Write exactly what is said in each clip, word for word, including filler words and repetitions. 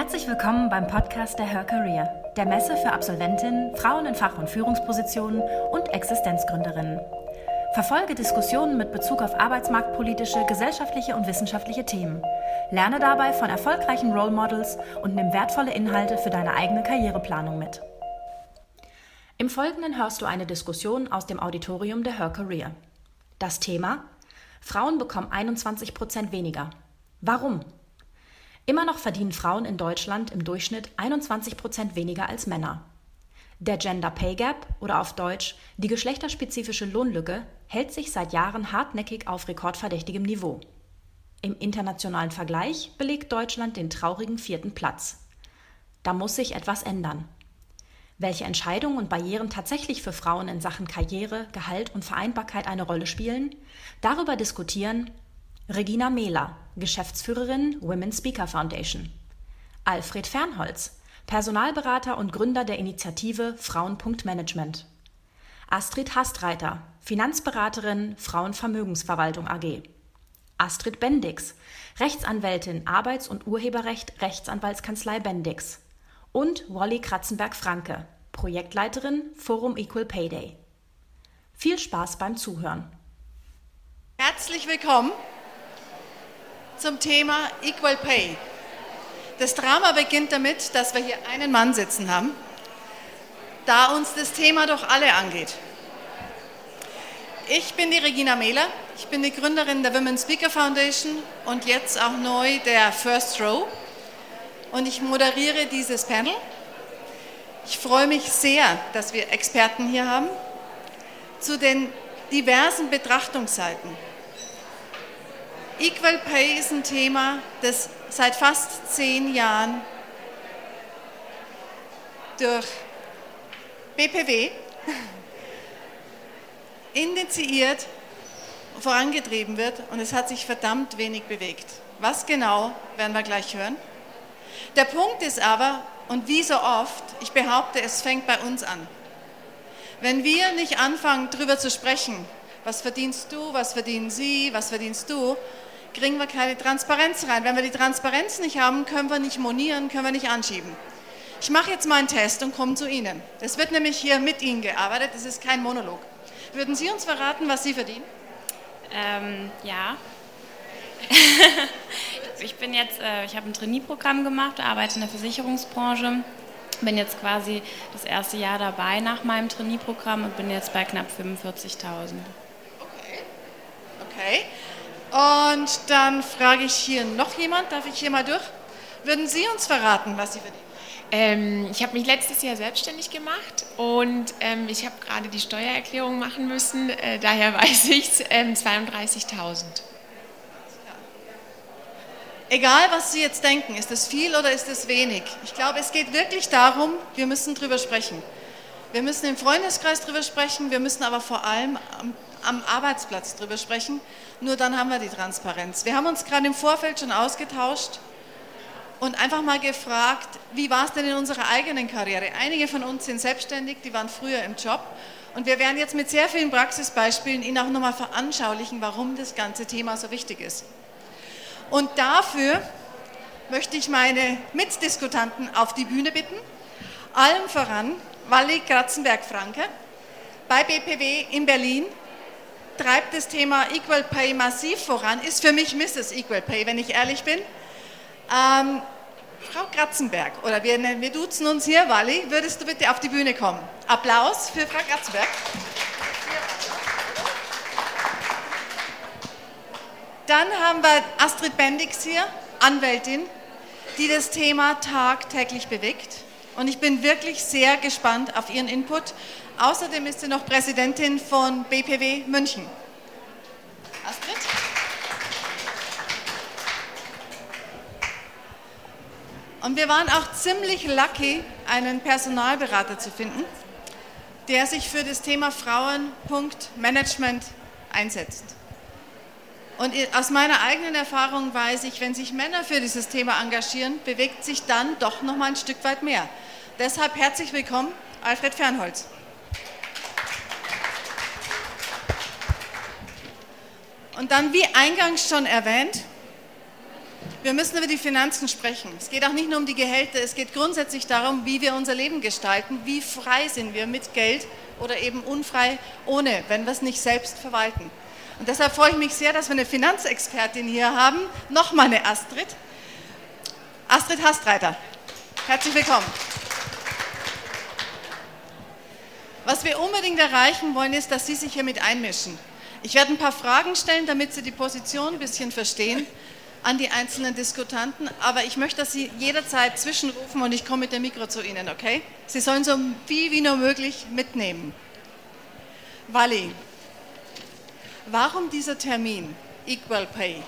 Herzlich willkommen beim Podcast der Her Career, der Messe für Absolventinnen, Frauen in Fach- und Führungspositionen und Existenzgründerinnen. Verfolge Diskussionen mit Bezug auf arbeitsmarktpolitische, gesellschaftliche und wissenschaftliche Themen. Lerne dabei von erfolgreichen Role Models und nimm wertvolle Inhalte für deine eigene Karriereplanung mit. Im Folgenden hörst du eine Diskussion aus dem Auditorium der Her Career. Das Thema: Frauen bekommen einundzwanzig Prozent weniger. Warum? Immer noch verdienen Frauen in Deutschland im Durchschnitt einundzwanzig Prozent weniger als Männer. Der Gender Pay Gap oder auf Deutsch die geschlechterspezifische Lohnlücke hält sich seit Jahren hartnäckig auf rekordverdächtigem Niveau. Im internationalen Vergleich belegt Deutschland den traurigen vierten Platz. Da muss sich etwas ändern. Welche Entscheidungen und Barrieren tatsächlich für Frauen in Sachen Karriere, Gehalt und Vereinbarkeit eine Rolle spielen, darüber diskutieren Regina Mehler, Geschäftsführerin Women Speaker Foundation, Alfred Fernholz, Personalberater und Gründer der Initiative Frauen.Management, Astrid Hastreiter, Finanzberaterin Frauenvermögensverwaltung A G, Astrid Bendix, Rechtsanwältin Arbeits- und Urheberrecht Rechtsanwaltskanzlei Bendix und Wally Kratzenberg-Franke, Projektleiterin Forum Equal Pay Day. Viel Spaß beim Zuhören. Herzlich willkommen zum Thema Equal Pay. Das Drama beginnt damit, dass wir hier einen Mann sitzen haben, da uns das Thema doch alle angeht. Ich bin die Regina Mehler, ich bin die Gründerin der Women Speaker Foundation und jetzt auch neu der First Row und ich moderiere dieses Panel. Ich freue mich sehr, dass wir Experten hier haben zu den diversen Betrachtungsseiten. Equal Pay ist ein Thema, das seit fast zehn Jahren durch B P W initiiert, vorangetrieben wird und es hat sich verdammt wenig bewegt. Was genau, werden wir gleich hören. Der Punkt ist aber, und wie so oft, ich behaupte, es fängt bei uns an. Wenn wir nicht anfangen, darüber zu sprechen, was verdienst du, was verdienen sie, was verdienst du, kriegen wir keine Transparenz rein. Wenn wir die Transparenz nicht haben, können wir nicht monieren, können wir nicht anschieben. Ich mache jetzt mal einen Test und komme zu Ihnen. Es wird nämlich hier mit Ihnen gearbeitet, das ist kein Monolog. Würden Sie uns verraten, was Sie verdienen? Ähm, ja. Ich bin jetzt, äh, ich habe ein Trainee-Programm gemacht, arbeite in der Versicherungsbranche, bin jetzt quasi das erste Jahr dabei nach meinem Trainee-Programm und bin jetzt bei knapp fünfundvierzigtausend. Okay. Okay. Und dann frage ich hier noch jemand, darf ich hier mal durch? Würden Sie uns verraten, was Sie verdienen? Ähm, ich habe mich letztes Jahr selbstständig gemacht und ähm, ich habe gerade die Steuererklärung machen müssen, äh, daher weiß ich es, ähm, zweiunddreißigtausend. Egal, was Sie jetzt denken, ist das viel oder ist das wenig? Ich glaube, es geht wirklich darum, wir müssen drüber sprechen. Wir müssen im Freundeskreis drüber sprechen, wir müssen aber vor allem am, am Arbeitsplatz drüber sprechen. Nur dann haben wir die Transparenz. Wir haben uns gerade im Vorfeld schon ausgetauscht und einfach mal gefragt, wie war es denn in unserer eigenen Karriere? Einige von uns sind selbstständig, die waren früher im Job und wir werden jetzt mit sehr vielen Praxisbeispielen Ihnen auch nochmal veranschaulichen, warum das ganze Thema so wichtig ist. Und dafür möchte ich meine Mitdiskutanten auf die Bühne bitten, allen voran Wally Kratzenberg-Franke bei B P W in Berlin, treibt das Thema Equal Pay massiv voran, ist für mich Misses Equal Pay, wenn ich ehrlich bin. Ähm, Frau Kratzenberg, oder wir, wir duzen uns hier, Wally, würdest du bitte auf die Bühne kommen? Applaus für Frau Kratzenberg. Dann haben wir Astrid Bendix hier, Anwältin, die das Thema tagtäglich bewegt. Und ich bin wirklich sehr gespannt auf Ihren Input. Außerdem ist sie noch Präsidentin von B P W München. Astrid? Und wir waren auch ziemlich lucky, einen Personalberater zu finden, der sich für das Thema Frauen.Management einsetzt. Und aus meiner eigenen Erfahrung weiß ich, wenn sich Männer für dieses Thema engagieren, bewegt sich dann doch noch mal ein Stück weit mehr. Deshalb herzlich willkommen, Alfred Fernholz. Und dann, wie eingangs schon erwähnt, Wir müssen über die Finanzen sprechen. Es geht auch nicht nur um die Gehälter, es geht grundsätzlich darum, wie wir unser Leben gestalten, wie frei sind wir mit Geld oder eben unfrei ohne, wenn wir es nicht selbst verwalten. Und deshalb freue ich mich sehr, dass wir eine Finanzexpertin hier haben, nochmal eine Astrid. Astrid Hastreiter, herzlich willkommen. Was wir unbedingt erreichen wollen, ist, dass Sie sich hier mit einmischen. Ich werde ein paar Fragen stellen, damit Sie die Position ein bisschen verstehen, an die einzelnen Diskutanten, aber ich möchte, dass Sie jederzeit zwischenrufen und ich komme mit dem Mikro zu Ihnen, okay? Sie sollen so viel wie nur möglich mitnehmen. Wally, warum dieser Termin, Equal Pay?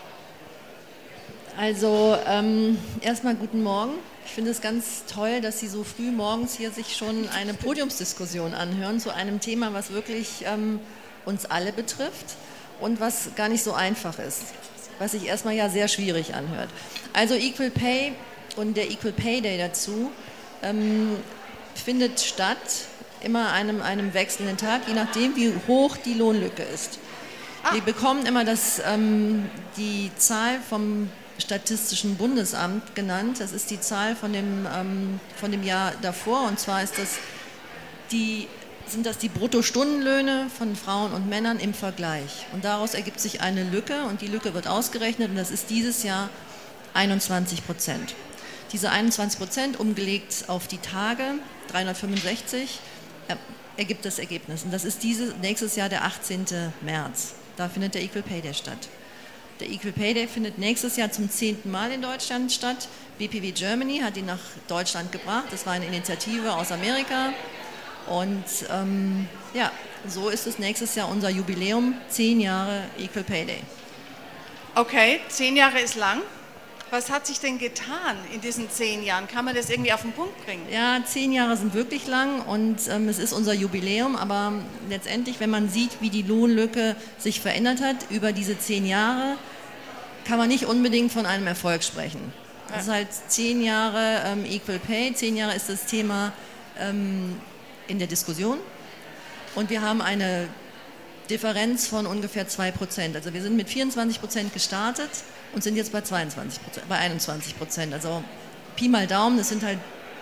Also ähm, erstmal guten Morgen. Ich finde es ganz toll, dass Sie so früh morgens hier sich schon eine Podiumsdiskussion anhören zu einem Thema, was wirklich ähm, uns alle betrifft und was gar nicht so einfach ist, was sich erstmal ja sehr schwierig anhört. Also Equal Pay und der Equal Pay Day dazu ähm, findet statt immer an einem, einem wechselnden Tag, je nachdem, wie hoch die Lohnlücke ist. Wir bekommen immer das, ähm, die Zahl vom Statistischen Bundesamt genannt. Das ist die Zahl von dem, ähm, von dem Jahr davor. Und zwar ist das die, sind das die Bruttostundenlöhne von Frauen und Männern im Vergleich. Und daraus ergibt sich eine Lücke und die Lücke wird ausgerechnet und das ist dieses Jahr einundzwanzig Prozent. Diese einundzwanzig Prozent umgelegt auf die Tage, dreihundertfünfundsechzig, ergibt das Ergebnis. Und das ist dieses, nächstes Jahr der achtzehnten März. Da findet der Equal Pay Day statt. Der Equal Pay Day findet nächstes Jahr zum zehnten Mal in Deutschland statt. B P W Germany hat ihn nach Deutschland gebracht. Das war eine Initiative aus Amerika. Und ähm, ja, so ist es nächstes Jahr unser Jubiläum, zehn Jahre Equal Pay Day. Okay, zehn Jahre ist lang. Was hat sich denn getan in diesen zehn Jahren? Kann man das irgendwie auf den Punkt bringen? Ja, zehn Jahre sind wirklich lang und ähm, es ist unser Jubiläum, aber letztendlich, wenn man sieht, wie die Lohnlücke sich verändert hat über diese zehn Jahre, kann man nicht unbedingt von einem Erfolg sprechen. Ja. Das ist halt zehn Jahre ähm, Equal Pay, zehn Jahre ist das Thema ähm, in der Diskussion und wir haben eine Differenz von ungefähr zwei Prozent. Also wir sind mit vierundzwanzig Prozent gestartet und sind jetzt bei zweiundzwanzig Prozent, bei einundzwanzig Prozent. Also Pi mal Daumen, das sind halt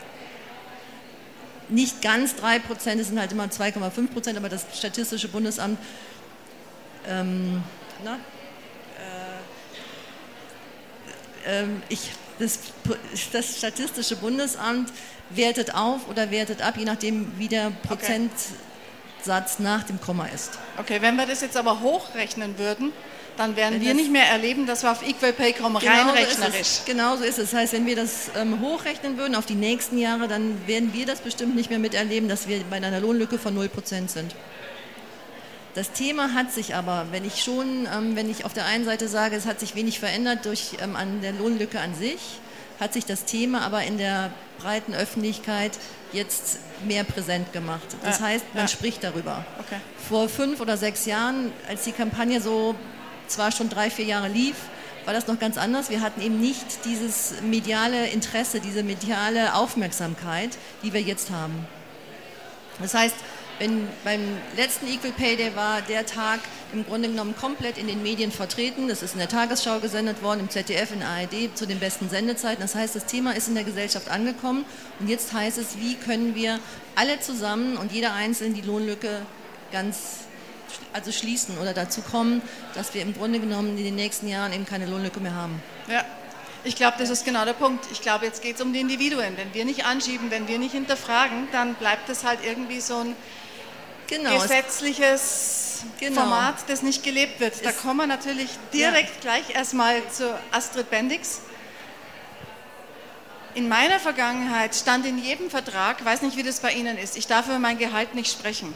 nicht ganz drei Prozent, es sind halt immer zwei Komma fünf Prozent, aber das Statistische Bundesamt, ähm, na, äh, äh, ich, das, das Statistische Bundesamt wertet auf oder wertet ab, je nachdem, wie der Prozentsatz okay. nach dem Komma ist. Okay, wenn wir das jetzt aber hochrechnen würden, dann werden wir nicht mehr erleben, dass wir auf Equal Pay kommen, rein rechnerisch. Genau so ist es. Das heißt, wenn wir das ähm, hochrechnen würden auf die nächsten Jahre, dann werden wir das bestimmt nicht mehr miterleben, dass wir bei einer Lohnlücke von null Prozent sind. Das Thema hat sich aber, wenn ich schon, ähm, wenn ich auf der einen Seite sage, es hat sich wenig verändert durch ähm, an der Lohnlücke an sich, hat sich das Thema aber in der breiten Öffentlichkeit jetzt mehr präsent gemacht. Das ja, heißt, man ja. spricht darüber. Okay. Vor fünf oder sechs Jahren, als die Kampagne so zwar schon drei, vier Jahre lief, war das noch ganz anders. Wir hatten eben nicht dieses mediale Interesse, diese mediale Aufmerksamkeit, die wir jetzt haben. Das heißt, wenn beim letzten Equal Pay Day war der Tag im Grunde genommen komplett in den Medien vertreten. Das ist in der Tagesschau gesendet worden, im Z D F, in der A R D, zu den besten Sendezeiten. Das heißt, das Thema ist in der Gesellschaft angekommen. Und jetzt heißt es, wie können wir alle zusammen und jeder Einzelne die Lohnlücke ganz also schließen oder dazu kommen, dass wir im Grunde genommen in den nächsten Jahren eben keine Lohnlücke mehr haben. Ja, ich glaube, das ist genau der Punkt. Ich glaube, jetzt geht es um die Individuen. Wenn wir nicht anschieben, wenn wir nicht hinterfragen, dann bleibt es halt irgendwie so ein genau, gesetzliches genau. Format, das nicht gelebt wird. Da es kommen wir natürlich direkt ja. gleich erstmal zu Astrid Bendix. In meiner Vergangenheit stand in jedem Vertrag, weiß nicht, wie das bei Ihnen ist, ich darf über mein Gehalt nicht sprechen.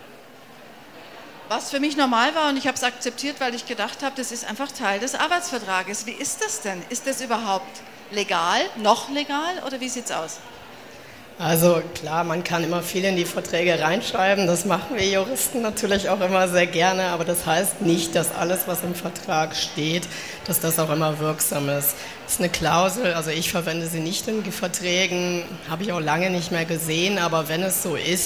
Was für mich normal war und ich habe es akzeptiert, weil ich gedacht habe, das ist einfach Teil des Arbeitsvertrages. Wie ist das denn? Ist das überhaupt legal, noch legal oder wie sieht es aus? Also klar, man kann immer viel in die Verträge reinschreiben, das machen wir Juristen natürlich auch immer sehr gerne, aber das heißt nicht, dass alles, was im Vertrag steht, dass das auch immer wirksam ist. Das ist eine Klausel, also ich verwende sie nicht in Verträgen, habe ich auch lange nicht mehr gesehen, aber wenn es so ist,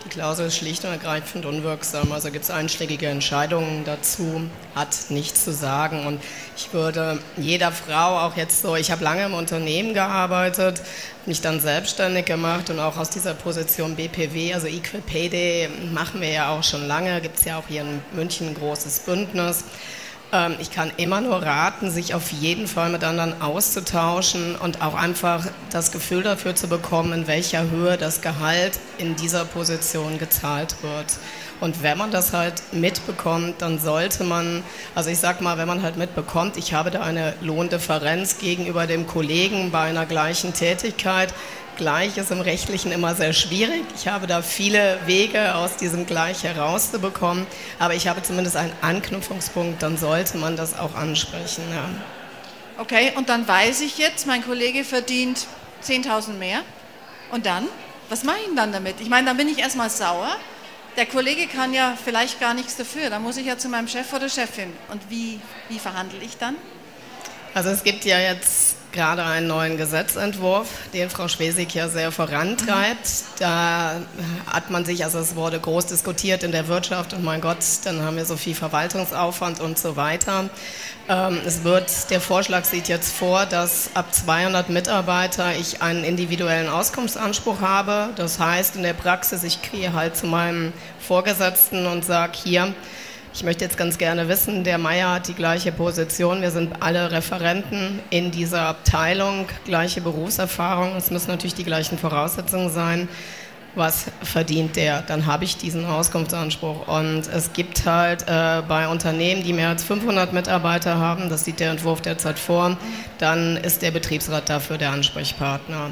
Die Klausel ist schlicht und ergreifend unwirksam. Also gibt es einschlägige Entscheidungen dazu, hat nichts zu sagen. Und ich würde jeder Frau auch jetzt so, ich habe lange im Unternehmen gearbeitet, mich dann selbstständig gemacht und auch aus dieser Position B P W, also Equal Pay Day, machen wir ja auch schon lange, gibt es ja auch hier in München ein großes Bündnis. Ich kann immer nur raten, sich auf jeden Fall mit anderen auszutauschen und auch einfach das Gefühl dafür zu bekommen, in welcher Höhe das Gehalt in dieser Position gezahlt wird. Und wenn man das halt mitbekommt, dann sollte man, also ich sag mal, wenn man halt mitbekommt, ich habe da eine Lohndifferenz gegenüber dem Kollegen bei einer gleichen Tätigkeit. Gleich ist im Rechtlichen immer sehr schwierig. Ich habe da viele Wege aus diesem Gleich herauszubekommen, aber ich habe zumindest einen Anknüpfungspunkt, dann sollte man das auch ansprechen. Ja. Okay, und dann weiß ich jetzt, mein Kollege verdient zehntausend mehr. Und dann? Was mache ich denn dann damit? Ich meine, dann bin ich erstmal sauer. Der Kollege kann ja vielleicht gar nichts dafür. Dann muss ich ja zu meinem Chef oder Chefin. Und wie, wie verhandle ich dann? Also es gibt ja jetzt gerade einen neuen Gesetzentwurf, den Frau Schwesig ja sehr vorantreibt. Da hat man sich, also es wurde groß diskutiert in der Wirtschaft und mein Gott, dann haben wir so viel Verwaltungsaufwand und so weiter. Ähm, es wird, der Vorschlag sieht jetzt vor, dass ab zweihundert Mitarbeiter ich einen individuellen Auskunftsanspruch habe. Das heißt in der Praxis, ich gehe halt zu meinem Vorgesetzten und sage hier, ich möchte jetzt ganz gerne wissen, der Meier hat die gleiche Position, wir sind alle Referenten in dieser Abteilung, gleiche Berufserfahrung, es müssen natürlich die gleichen Voraussetzungen sein. Was verdient der? Dann habe ich diesen Auskunftsanspruch. Und es gibt halt äh, bei Unternehmen, die mehr als fünfhundert Mitarbeiter haben, das sieht der Entwurf derzeit vor, dann ist der Betriebsrat dafür der Ansprechpartner.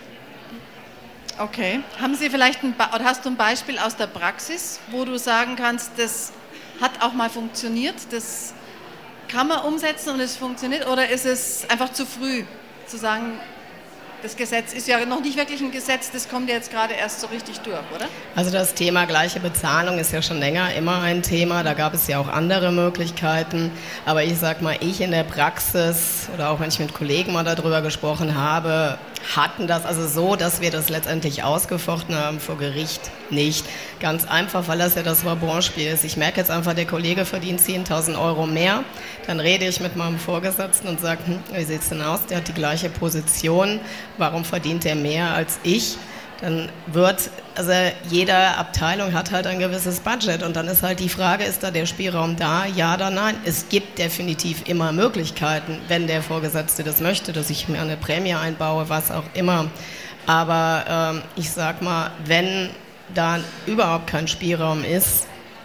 Okay. Haben Sie vielleicht ein, oder hast du ein Beispiel aus der Praxis, wo du sagen kannst, das hat auch mal funktioniert, das kann man umsetzen und es funktioniert, oder ist es einfach zu früh zu sagen, das Gesetz ist ja noch nicht wirklich ein Gesetz, das kommt ja jetzt gerade erst so richtig durch, oder? Also das Thema gleiche Bezahlung ist ja schon länger immer ein Thema, da gab es ja auch andere Möglichkeiten, aber ich sag mal, ich in der Praxis oder auch wenn ich mit Kollegen mal darüber gesprochen habe, hatten das also so, dass wir das letztendlich ausgefochten haben vor Gericht nicht. Ganz einfach, weil das ja das Wabonspiel ist. Ich merke jetzt einfach, der Kollege verdient zehntausend Euro mehr, dann rede ich mit meinem Vorgesetzten und sage, hm, wie sieht es denn aus, der hat die gleiche Position, warum verdient er mehr als ich? Dann wird, also jede Abteilung hat halt ein gewisses Budget und dann ist halt die Frage, ist da der Spielraum da, ja oder nein? Es gibt definitiv immer Möglichkeiten, wenn der Vorgesetzte das möchte, dass ich mir eine Prämie einbaue, was auch immer. Aber ähm, ich sag mal, wenn da überhaupt kein Spielraum ist,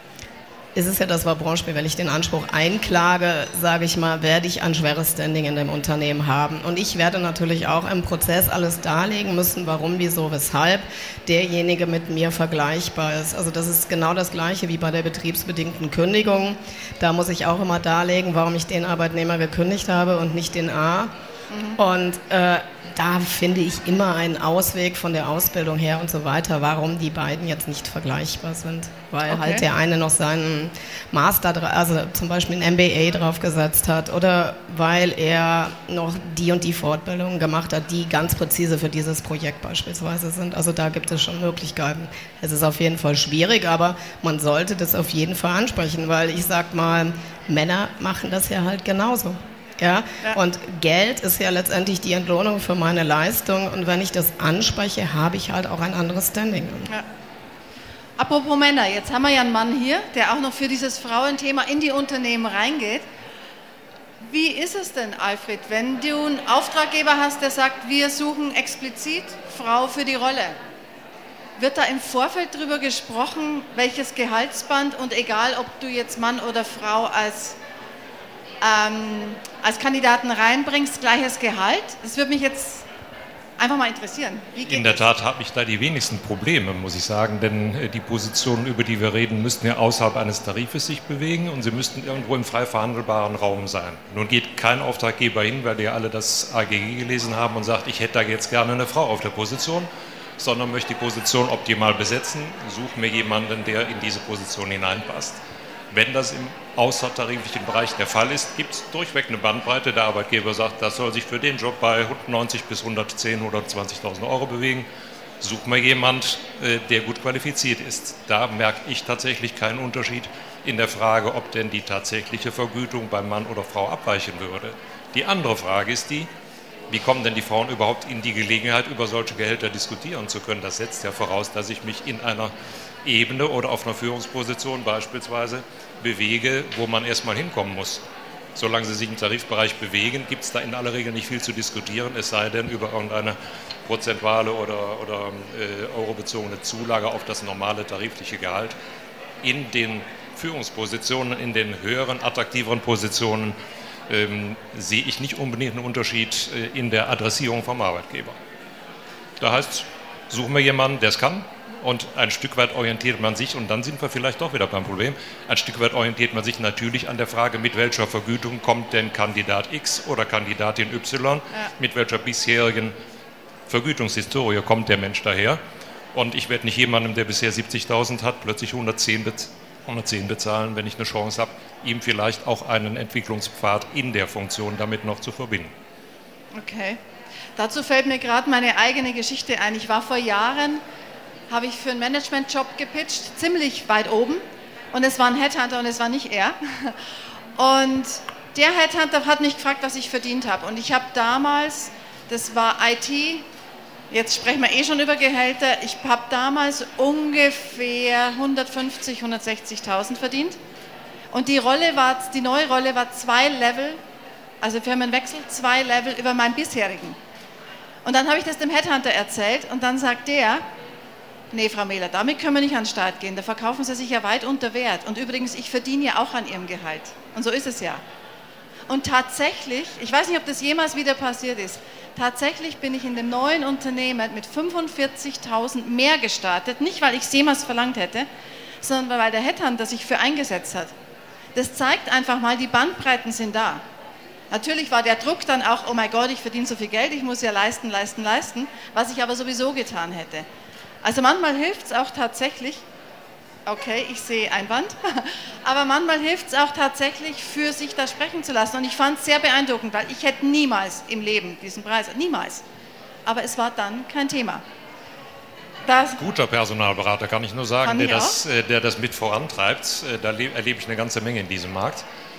ist es ja das Wabonspiel, wenn ich den Anspruch einklage, sage ich mal, werde ich ein schweres Standing in dem Unternehmen haben. Und ich werde natürlich auch im Prozess alles darlegen müssen, warum, wieso, weshalb derjenige mit mir vergleichbar ist. Also das ist genau das Gleiche wie bei der betriebsbedingten Kündigung. Da muss ich auch immer darlegen, warum ich den Arbeitnehmer gekündigt habe und nicht den A. Mhm. Und äh, da finde ich immer einen Ausweg von der Ausbildung her und so weiter, warum die beiden jetzt nicht vergleichbar sind. Weil okay. halt der eine noch seinen Master, also zum Beispiel ein M B A draufgesetzt hat oder weil er noch die und die Fortbildungen gemacht hat, die ganz präzise für dieses Projekt beispielsweise sind. Also da gibt es schon Möglichkeiten. Es ist auf jeden Fall schwierig, aber man sollte das auf jeden Fall ansprechen, weil ich sag mal, Männer machen das ja halt genauso. Ja? Ja. Und Geld ist ja letztendlich die Entlohnung für meine Leistung und wenn ich das anspreche, habe ich halt auch ein anderes Standing. Ja. Apropos Männer, jetzt haben wir ja einen Mann hier, der auch noch für dieses Frauenthema in die Unternehmen reingeht. Wie ist es denn, Alfred, wenn du einen Auftraggeber hast, der sagt, wir suchen explizit Frau für die Rolle? Wird da im Vorfeld darüber gesprochen, welches Gehaltsband und egal, ob du jetzt Mann oder Frau als Ähm, als Kandidaten reinbringst, gleiches Gehalt? Das würde mich jetzt einfach mal interessieren. Wie geht In der Tat habe ich da die wenigsten Probleme, muss ich sagen, denn die Positionen, über die wir reden, müssten ja außerhalb eines Tarifes sich bewegen und sie müssten irgendwo im frei verhandelbaren Raum sein. Nun geht kein Auftraggeber hin, weil wir alle das A G G gelesen haben und sagt, ich hätte da jetzt gerne eine Frau auf der Position, sondern möchte die Position optimal besetzen, suche mir jemanden, der in diese Position hineinpasst. Wenn das im außertariflichen Bereich der Fall ist, gibt es durchweg eine Bandbreite. Der Arbeitgeber sagt, das soll sich für den Job bei neunzig bis hundertzehn, hundertzwanzigtausend Euro bewegen. Such mal jemand, der gut qualifiziert ist. Da merke ich tatsächlich keinen Unterschied in der Frage, ob denn die tatsächliche Vergütung beim Mann oder Frau abweichen würde. Die andere Frage ist die, wie kommen denn die Frauen überhaupt in die Gelegenheit, über solche Gehälter diskutieren zu können? Das setzt ja voraus, dass ich mich in einer Ebene oder auf einer Führungsposition beispielsweise bewege, wo man erstmal hinkommen muss. Solange sie sich im Tarifbereich bewegen, gibt es da in aller Regel nicht viel zu diskutieren, es sei denn über irgendeine prozentuale oder, oder äh, eurobezogene Zulage auf das normale tarifliche Gehalt. In den Führungspositionen, in den höheren, attraktiveren Positionen ähm, sehe ich nicht unbedingt einen Unterschied äh, in der Adressierung vom Arbeitgeber. Da heißt, suchen wir jemanden, der es kann. Und ein Stück weit orientiert man sich, und dann sind wir vielleicht doch wieder beim Problem, ein Stück weit orientiert man sich natürlich an der Frage, mit welcher Vergütung kommt denn Kandidat X oder Kandidatin Y, ja. mit welcher bisherigen Vergütungshistorie kommt der Mensch daher. Und ich werde nicht jemandem, der bisher siebzigtausend hat, plötzlich hundertzehn bezahlen, wenn ich eine Chance habe, ihm vielleicht auch einen Entwicklungspfad in der Funktion damit noch zu verbinden. Okay. Dazu fällt mir gerade meine eigene Geschichte ein. Ich war vor Jahren... habe ich für einen Managementjob gepitcht, ziemlich weit oben, und es war ein Headhunter und es war nicht er. Und der Headhunter hat mich gefragt, was ich verdient habe, und ich habe damals, das war I T, jetzt sprechen wir eh schon über Gehälter, ich habe damals ungefähr hundertfünfzig, hundertsechzigtausend verdient, und die Rolle war, die neue Rolle war zwei Level, also Firmenwechsel, zwei Level über meinen bisherigen. Und dann habe ich das dem Headhunter erzählt, und dann sagt der, nee, Frau Mehler, damit können wir nicht an den Start gehen, da verkaufen Sie sich ja weit unter Wert. Und übrigens, ich verdiene ja auch an Ihrem Gehalt. Und so ist es ja. Und tatsächlich, ich weiß nicht, ob das jemals wieder passiert ist, tatsächlich bin ich in dem neuen Unternehmen mit fünfundvierzigtausend mehr gestartet, nicht weil ich es jemals verlangt hätte, sondern weil der Headhunter sich für eingesetzt hat. Das zeigt einfach mal, die Bandbreiten sind da. Natürlich war der Druck dann auch, oh mein Gott, ich verdiene so viel Geld, ich muss ja leisten, leisten, leisten, was ich aber sowieso getan hätte. Also manchmal hilft es auch tatsächlich, okay, ich sehe Einwand, aber manchmal hilft es auch tatsächlich, für sich da sprechen zu lassen. Und ich fand es sehr beeindruckend, weil ich hätte niemals im Leben diesen Preis, niemals. Aber es war dann kein Thema. Das Guter Personalberater, kann ich nur sagen, der das, der das mit vorantreibt. Da erlebe ich eine ganze Menge in diesem Markt.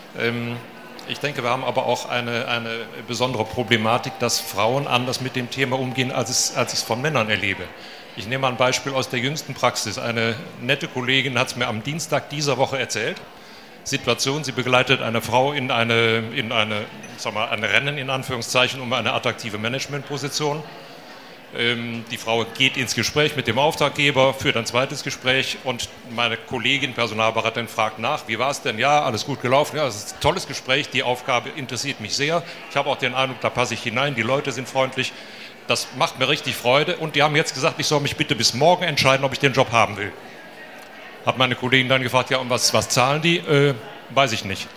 Ich denke, wir haben aber auch eine, eine besondere Problematik, dass Frauen anders mit dem Thema umgehen, als, es, als ich es von Männern erlebe. Ich nehme mal ein Beispiel aus der jüngsten Praxis. Eine nette Kollegin hat es mir am Dienstag dieser Woche erzählt. Situation, sie begleitet eine Frau in eine, in eine, sag mal, ein Rennen in Anführungszeichen um eine attraktive Managementposition. Ähm, die Frau geht ins Gespräch mit dem Auftraggeber, führt ein zweites Gespräch, und meine Kollegin, Personalberaterin, fragt nach, wie war es denn? Ja, alles gut gelaufen, ja, es ist ein tolles Gespräch, die Aufgabe interessiert mich sehr. Ich habe auch den Eindruck, da passe ich hinein, die Leute sind freundlich. Das macht mir richtig Freude, und die haben jetzt gesagt, ich soll mich bitte bis morgen entscheiden, ob ich den Job haben will. Hat meine Kollegin dann gefragt, ja, und was, was zahlen die? Äh, weiß ich nicht.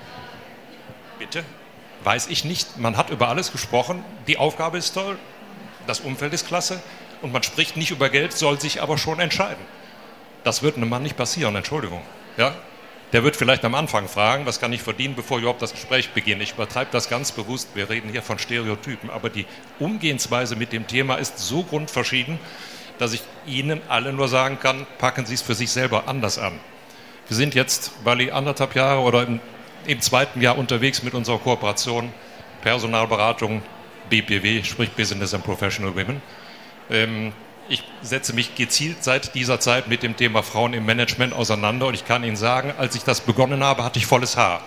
Bitte? Weiß ich nicht. Man hat über alles gesprochen, die Aufgabe ist toll, das Umfeld ist klasse, und man spricht nicht über Geld, soll sich aber schon entscheiden. Das wird einem Mann nicht passieren, Entschuldigung. Ja? Der wird vielleicht am Anfang fragen, was kann ich verdienen, bevor überhaupt das Gespräch beginnt. Ich übertreibe das ganz bewusst, wir reden hier von Stereotypen, aber die Umgehensweise mit dem Thema ist so grundverschieden, dass ich Ihnen alle nur sagen kann, packen Sie es für sich selber anders an. Wir sind jetzt, weil ich anderthalb Jahre oder im, im zweiten Jahr unterwegs mit unserer Kooperation Personalberatung B P W, sprich Business and Professional Women. Ähm, Ich setze mich gezielt seit dieser Zeit mit dem Thema Frauen im Management auseinander, und ich kann Ihnen sagen, als ich das begonnen habe, hatte ich volles Haar.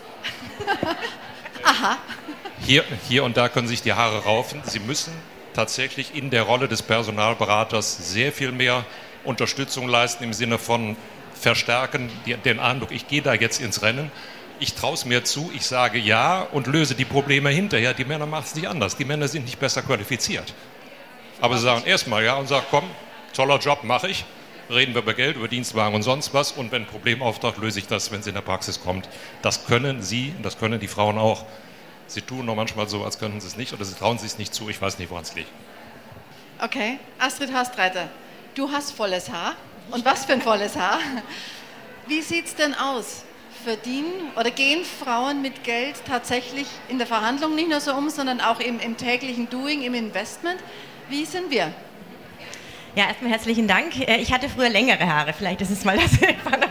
Aha. Hier, hier und da können sich die Haare raufen. Sie müssen tatsächlich in der Rolle des Personalberaters sehr viel mehr Unterstützung leisten im Sinne von verstärken, die, den Eindruck, ich gehe da jetzt ins Rennen, ich traue es mir zu, ich sage ja und löse die Probleme hinterher. Die Männer machen es nicht anders, die Männer sind nicht besser qualifiziert. Aber sie sagen erstmal ja und sagen, komm, toller Job, mache ich. Reden wir über Geld, über Dienstwagen und sonst was. Und wenn ein Problem auftaucht, löse ich das, wenn es in der Praxis kommt. Das können Sie, das können die Frauen auch. Sie tun noch manchmal so, als könnten sie es nicht, oder sie trauen sich es nicht zu. Ich weiß nicht, woran es liegt. Okay, Astrid Hastreiter, du hast volles Haar. Und was für ein volles Haar. Wie sieht es denn aus? Verdienen oder gehen Frauen mit Geld tatsächlich in der Verhandlung nicht nur so um, sondern auch im, im täglichen Doing, im Investment? Wie sind wir? Ja, erstmal herzlichen Dank. Ich hatte früher längere Haare, vielleicht ist es mal das.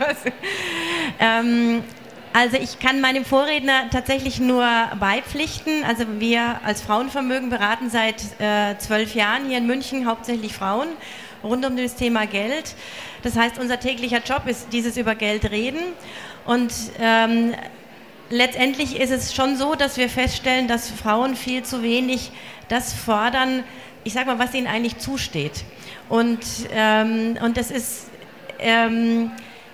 ähm, also ich kann meinem Vorredner tatsächlich nur beipflichten. Also wir als Frauenvermögen beraten seit äh, zwölf Jahren hier in München hauptsächlich Frauen rund um das Thema Geld. Das heißt, unser täglicher Job ist dieses über Geld reden. Und ähm, letztendlich ist es schon so, dass wir feststellen, dass Frauen viel zu wenig das fordern, ich sag mal, was ihnen eigentlich zusteht. Und, ähm, und das ist, ähm,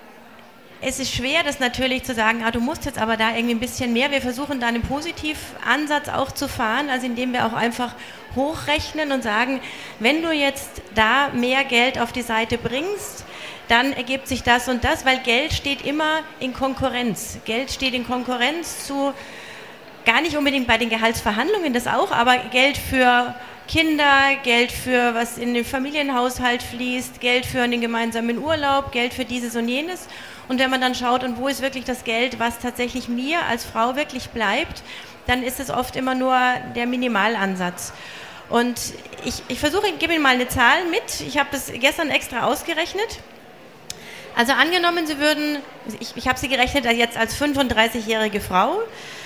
es ist schwer, das natürlich zu sagen, ah, du musst jetzt aber da irgendwie ein bisschen mehr. Wir versuchen da einen Positivansatz auch zu fahren, also indem wir auch einfach hochrechnen und sagen, wenn du jetzt da mehr Geld auf die Seite bringst, dann ergibt sich das und das, weil Geld steht immer in Konkurrenz. Geld steht in Konkurrenz zu, gar nicht unbedingt bei den Gehaltsverhandlungen, das auch, aber Geld für Kinder, Geld für was in den Familienhaushalt fließt, Geld für einen gemeinsamen Urlaub, Geld für dieses und jenes. Und wenn man dann schaut, und wo ist wirklich das Geld, was tatsächlich mir als Frau wirklich bleibt, dann ist es oft immer nur der Minimalansatz. Und ich, ich versuche, ich gebe Ihnen mal eine Zahl mit. Ich habe das gestern extra ausgerechnet. Also angenommen, Sie würden, ich, ich habe sie gerechnet jetzt als fünfunddreißigjährige Frau,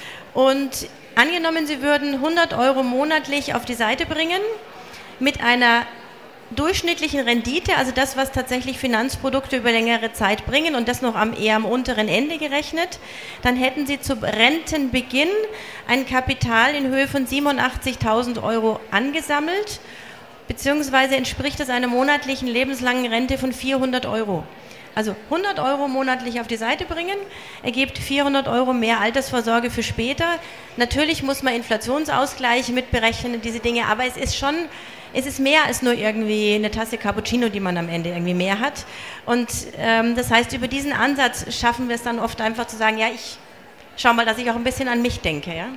und angenommen, Sie würden hundert Euro monatlich auf die Seite bringen mit einer durchschnittlichen Rendite, also das, was tatsächlich Finanzprodukte über längere Zeit bringen und das noch am, eher am unteren Ende gerechnet, dann hätten Sie zu Rentenbeginn ein Kapital in Höhe von siebenundachtzigtausend Euro angesammelt, beziehungsweise entspricht das einer monatlichen lebenslangen Rente von vierhundert Euro. Also hundert Euro monatlich auf die Seite bringen, ergibt vierhundert Euro mehr Altersvorsorge für später. Natürlich muss man Inflationsausgleich mitberechnen und diese Dinge, aber es ist schon, es ist mehr als nur irgendwie eine Tasse Cappuccino, die man am Ende irgendwie mehr hat. Und ähm, das heißt, über diesen Ansatz schaffen wir es dann oft einfach zu sagen, ja, ich schau mal, dass ich auch ein bisschen an mich denke. Ja?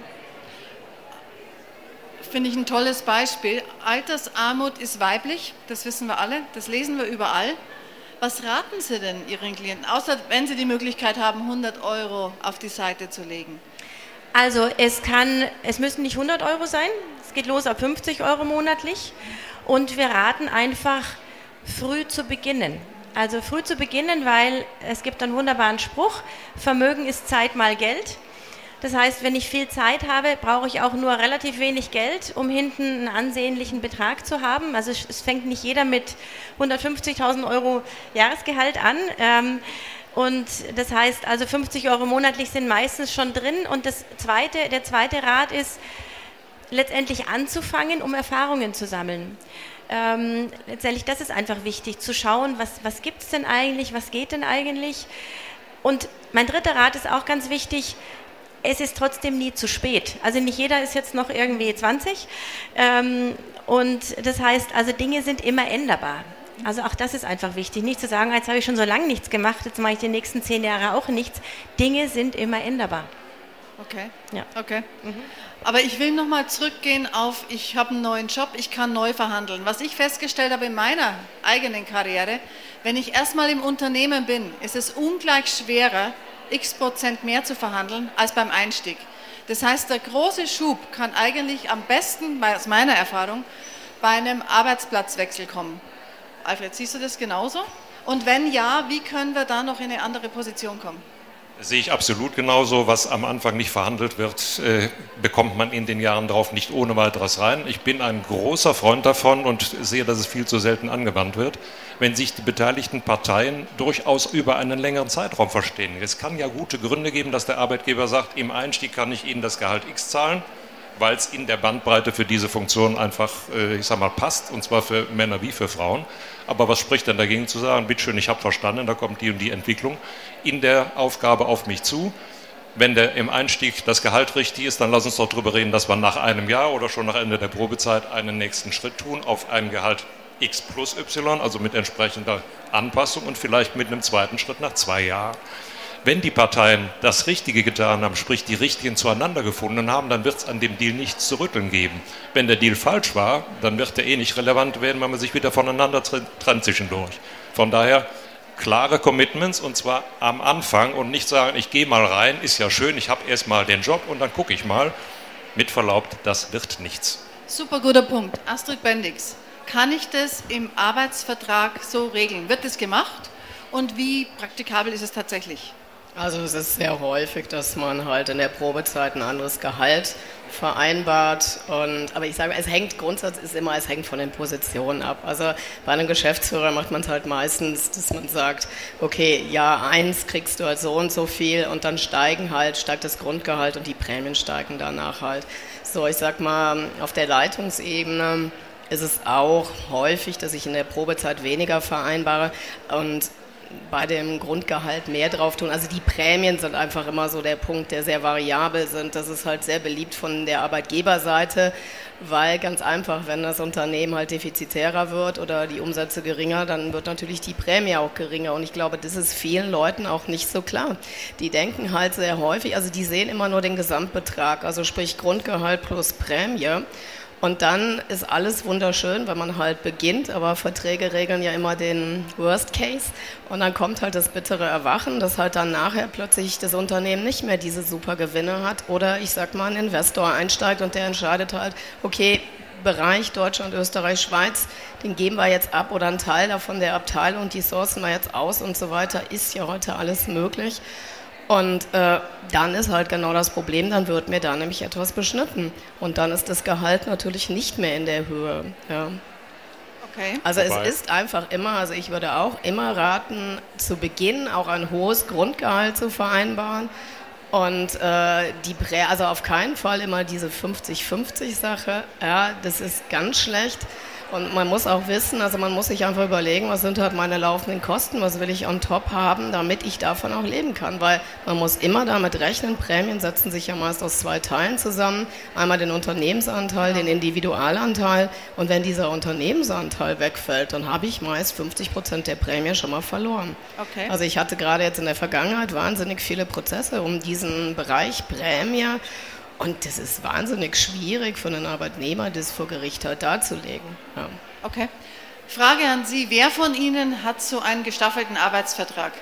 Finde ich ein tolles Beispiel. Altersarmut ist weiblich, das wissen wir alle, das lesen wir überall. Was raten Sie denn Ihren Klienten, außer wenn Sie die Möglichkeit haben, hundert Euro auf die Seite zu legen? Also es kann, es müssen nicht hundert Euro sein, es geht los ab fünfzig Euro monatlich, und wir raten einfach, früh zu beginnen. Also früh zu beginnen, weil es gibt einen wunderbaren Spruch, Vermögen ist Zeit mal Geld. Das heißt, wenn ich viel Zeit habe, brauche ich auch nur relativ wenig Geld, um hinten einen ansehnlichen Betrag zu haben. Also es fängt nicht jeder mit hundertfünfzigtausend Euro Jahresgehalt an. Und das heißt, also fünfzig Euro monatlich sind meistens schon drin. Und das zweite, der zweite Rat ist, letztendlich anzufangen, um Erfahrungen zu sammeln. Ähm, letztendlich, das ist einfach wichtig, zu schauen, was, was gibt es denn eigentlich, was geht denn eigentlich. Und mein dritter Rat ist auch ganz wichtig, es ist trotzdem nie zu spät. Also nicht jeder ist jetzt noch irgendwie zwanzig. Ähm, und das heißt, also Dinge sind immer änderbar. Also auch das ist einfach wichtig. Nicht zu sagen, jetzt habe ich schon so lange nichts gemacht, jetzt mache ich die nächsten zehn Jahre auch nichts. Dinge sind immer änderbar. Okay, ja. okay. Mhm. Aber ich will nochmal zurückgehen auf, ich habe einen neuen Job, ich kann neu verhandeln. Was ich festgestellt habe in meiner eigenen Karriere, wenn ich erstmal im Unternehmen bin, ist es ungleich schwerer, x Prozent mehr zu verhandeln als beim Einstieg. Das heißt, der große Schub kann eigentlich am besten, aus meiner Erfahrung, bei einem Arbeitsplatzwechsel kommen. Alfred, siehst du das genauso? Und wenn ja, wie können wir da noch in eine andere Position kommen? Das sehe ich absolut genauso. Was am Anfang nicht verhandelt wird, äh, bekommt man in den Jahren darauf nicht ohne weiteres rein. Ich bin ein großer Freund davon und sehe, dass es viel zu selten angewandt wird, wenn sich die beteiligten Parteien durchaus über einen längeren Zeitraum verstehen. Es kann ja gute Gründe geben, dass der Arbeitgeber sagt, im Einstieg kann ich Ihnen das Gehalt X zahlen, weil es in der Bandbreite für diese Funktion einfach, äh, ich sag mal, passt, und zwar für Männer wie für Frauen. Aber was spricht denn dagegen zu sagen, bitteschön, ich habe verstanden, da kommt die und die Entwicklung in der Aufgabe auf mich zu. Wenn der im Einstieg das Gehalt richtig ist, dann lass uns doch darüber reden, dass wir nach einem Jahr oder schon nach Ende der Probezeit einen nächsten Schritt tun auf ein Gehalt X plus Y, also mit entsprechender Anpassung und vielleicht mit einem zweiten Schritt nach zwei Jahren. Wenn die Parteien das Richtige getan haben, sprich die Richtigen zueinander gefunden haben, dann wird es an dem Deal nichts zu rütteln geben. Wenn der Deal falsch war, dann wird der eh nicht relevant werden, weil man sich wieder voneinander trennt zwischendurch. Von daher klare Commitments, und zwar am Anfang, und nicht sagen, ich gehe mal rein, ist ja schön, ich habe erst mal den Job und dann gucke ich mal. Mit Verlaub, das wird nichts. Super guter Punkt. Astrid Bendix. kann ich das im Arbeitsvertrag so regeln? Wird das gemacht und wie praktikabel ist es tatsächlich? Also es ist sehr häufig, dass man halt in der Probezeit ein anderes Gehalt vereinbart. Und, aber ich sage, es hängt, Grundsatz ist immer, es hängt von den Positionen ab. Also bei einem Geschäftsführer macht man es halt meistens, dass man sagt, okay, Jahr eins kriegst du halt so und so viel und dann steigen halt, steigt das Grundgehalt und die Prämien steigen danach halt. So, ich sag mal, auf der Leitungsebene ist es auch häufig, dass ich in der Probezeit weniger vereinbare und bei dem Grundgehalt mehr drauf tun. Also die Prämien sind einfach immer so der Punkt, der sehr variabel sind. Das ist halt sehr beliebt von der Arbeitgeberseite, weil ganz einfach, wenn das Unternehmen halt defizitärer wird oder die Umsätze geringer, dann wird natürlich die Prämie auch geringer. Und ich glaube, das ist vielen Leuten auch nicht so klar. Die denken halt sehr häufig, also die sehen immer nur den Gesamtbetrag, also sprich Grundgehalt plus Prämie. Und dann ist alles wunderschön, wenn man halt beginnt, aber Verträge regeln ja immer den Worst Case und dann kommt halt das bittere Erwachen, dass halt dann nachher plötzlich das Unternehmen nicht mehr diese super Gewinne hat oder ich sag mal ein Investor einsteigt und der entscheidet halt, okay, Bereich Deutschland, Österreich, Schweiz, den geben wir jetzt ab oder einen Teil davon der Abteilung und die sourcen wir jetzt aus und so weiter, ist ja heute alles möglich. Und äh, dann ist halt genau das Problem, dann wird mir da nämlich etwas beschnitten. Und dann ist das Gehalt natürlich nicht mehr in der Höhe. Ja. Okay. Also Wobei. es ist einfach immer, also ich würde auch immer raten, zu Beginn auch ein hohes Grundgehalt zu vereinbaren. Und äh, die Prä, also auf keinen Fall immer diese fünfzig fünfzig Sache, ja, das ist ganz schlecht. Und man muss auch wissen, also man muss sich einfach überlegen, was sind halt meine laufenden Kosten, was will ich on top haben, damit ich davon auch leben kann. Weil man muss immer damit rechnen, Prämien setzen sich ja meist aus zwei Teilen zusammen. Einmal den Unternehmensanteil, den Individualanteil. Und wenn dieser Unternehmensanteil wegfällt, dann habe ich meist fünfzig Prozent der Prämie schon mal verloren. Okay. Also ich hatte gerade jetzt in der Vergangenheit wahnsinnig viele Prozesse um diesen Bereich Prämie. Und das ist wahnsinnig schwierig für einen Arbeitnehmer, das vor Gericht halt darzulegen. Ja. Okay. Frage an Sie, wer von Ihnen hat so einen gestaffelten Arbeitsvertrag?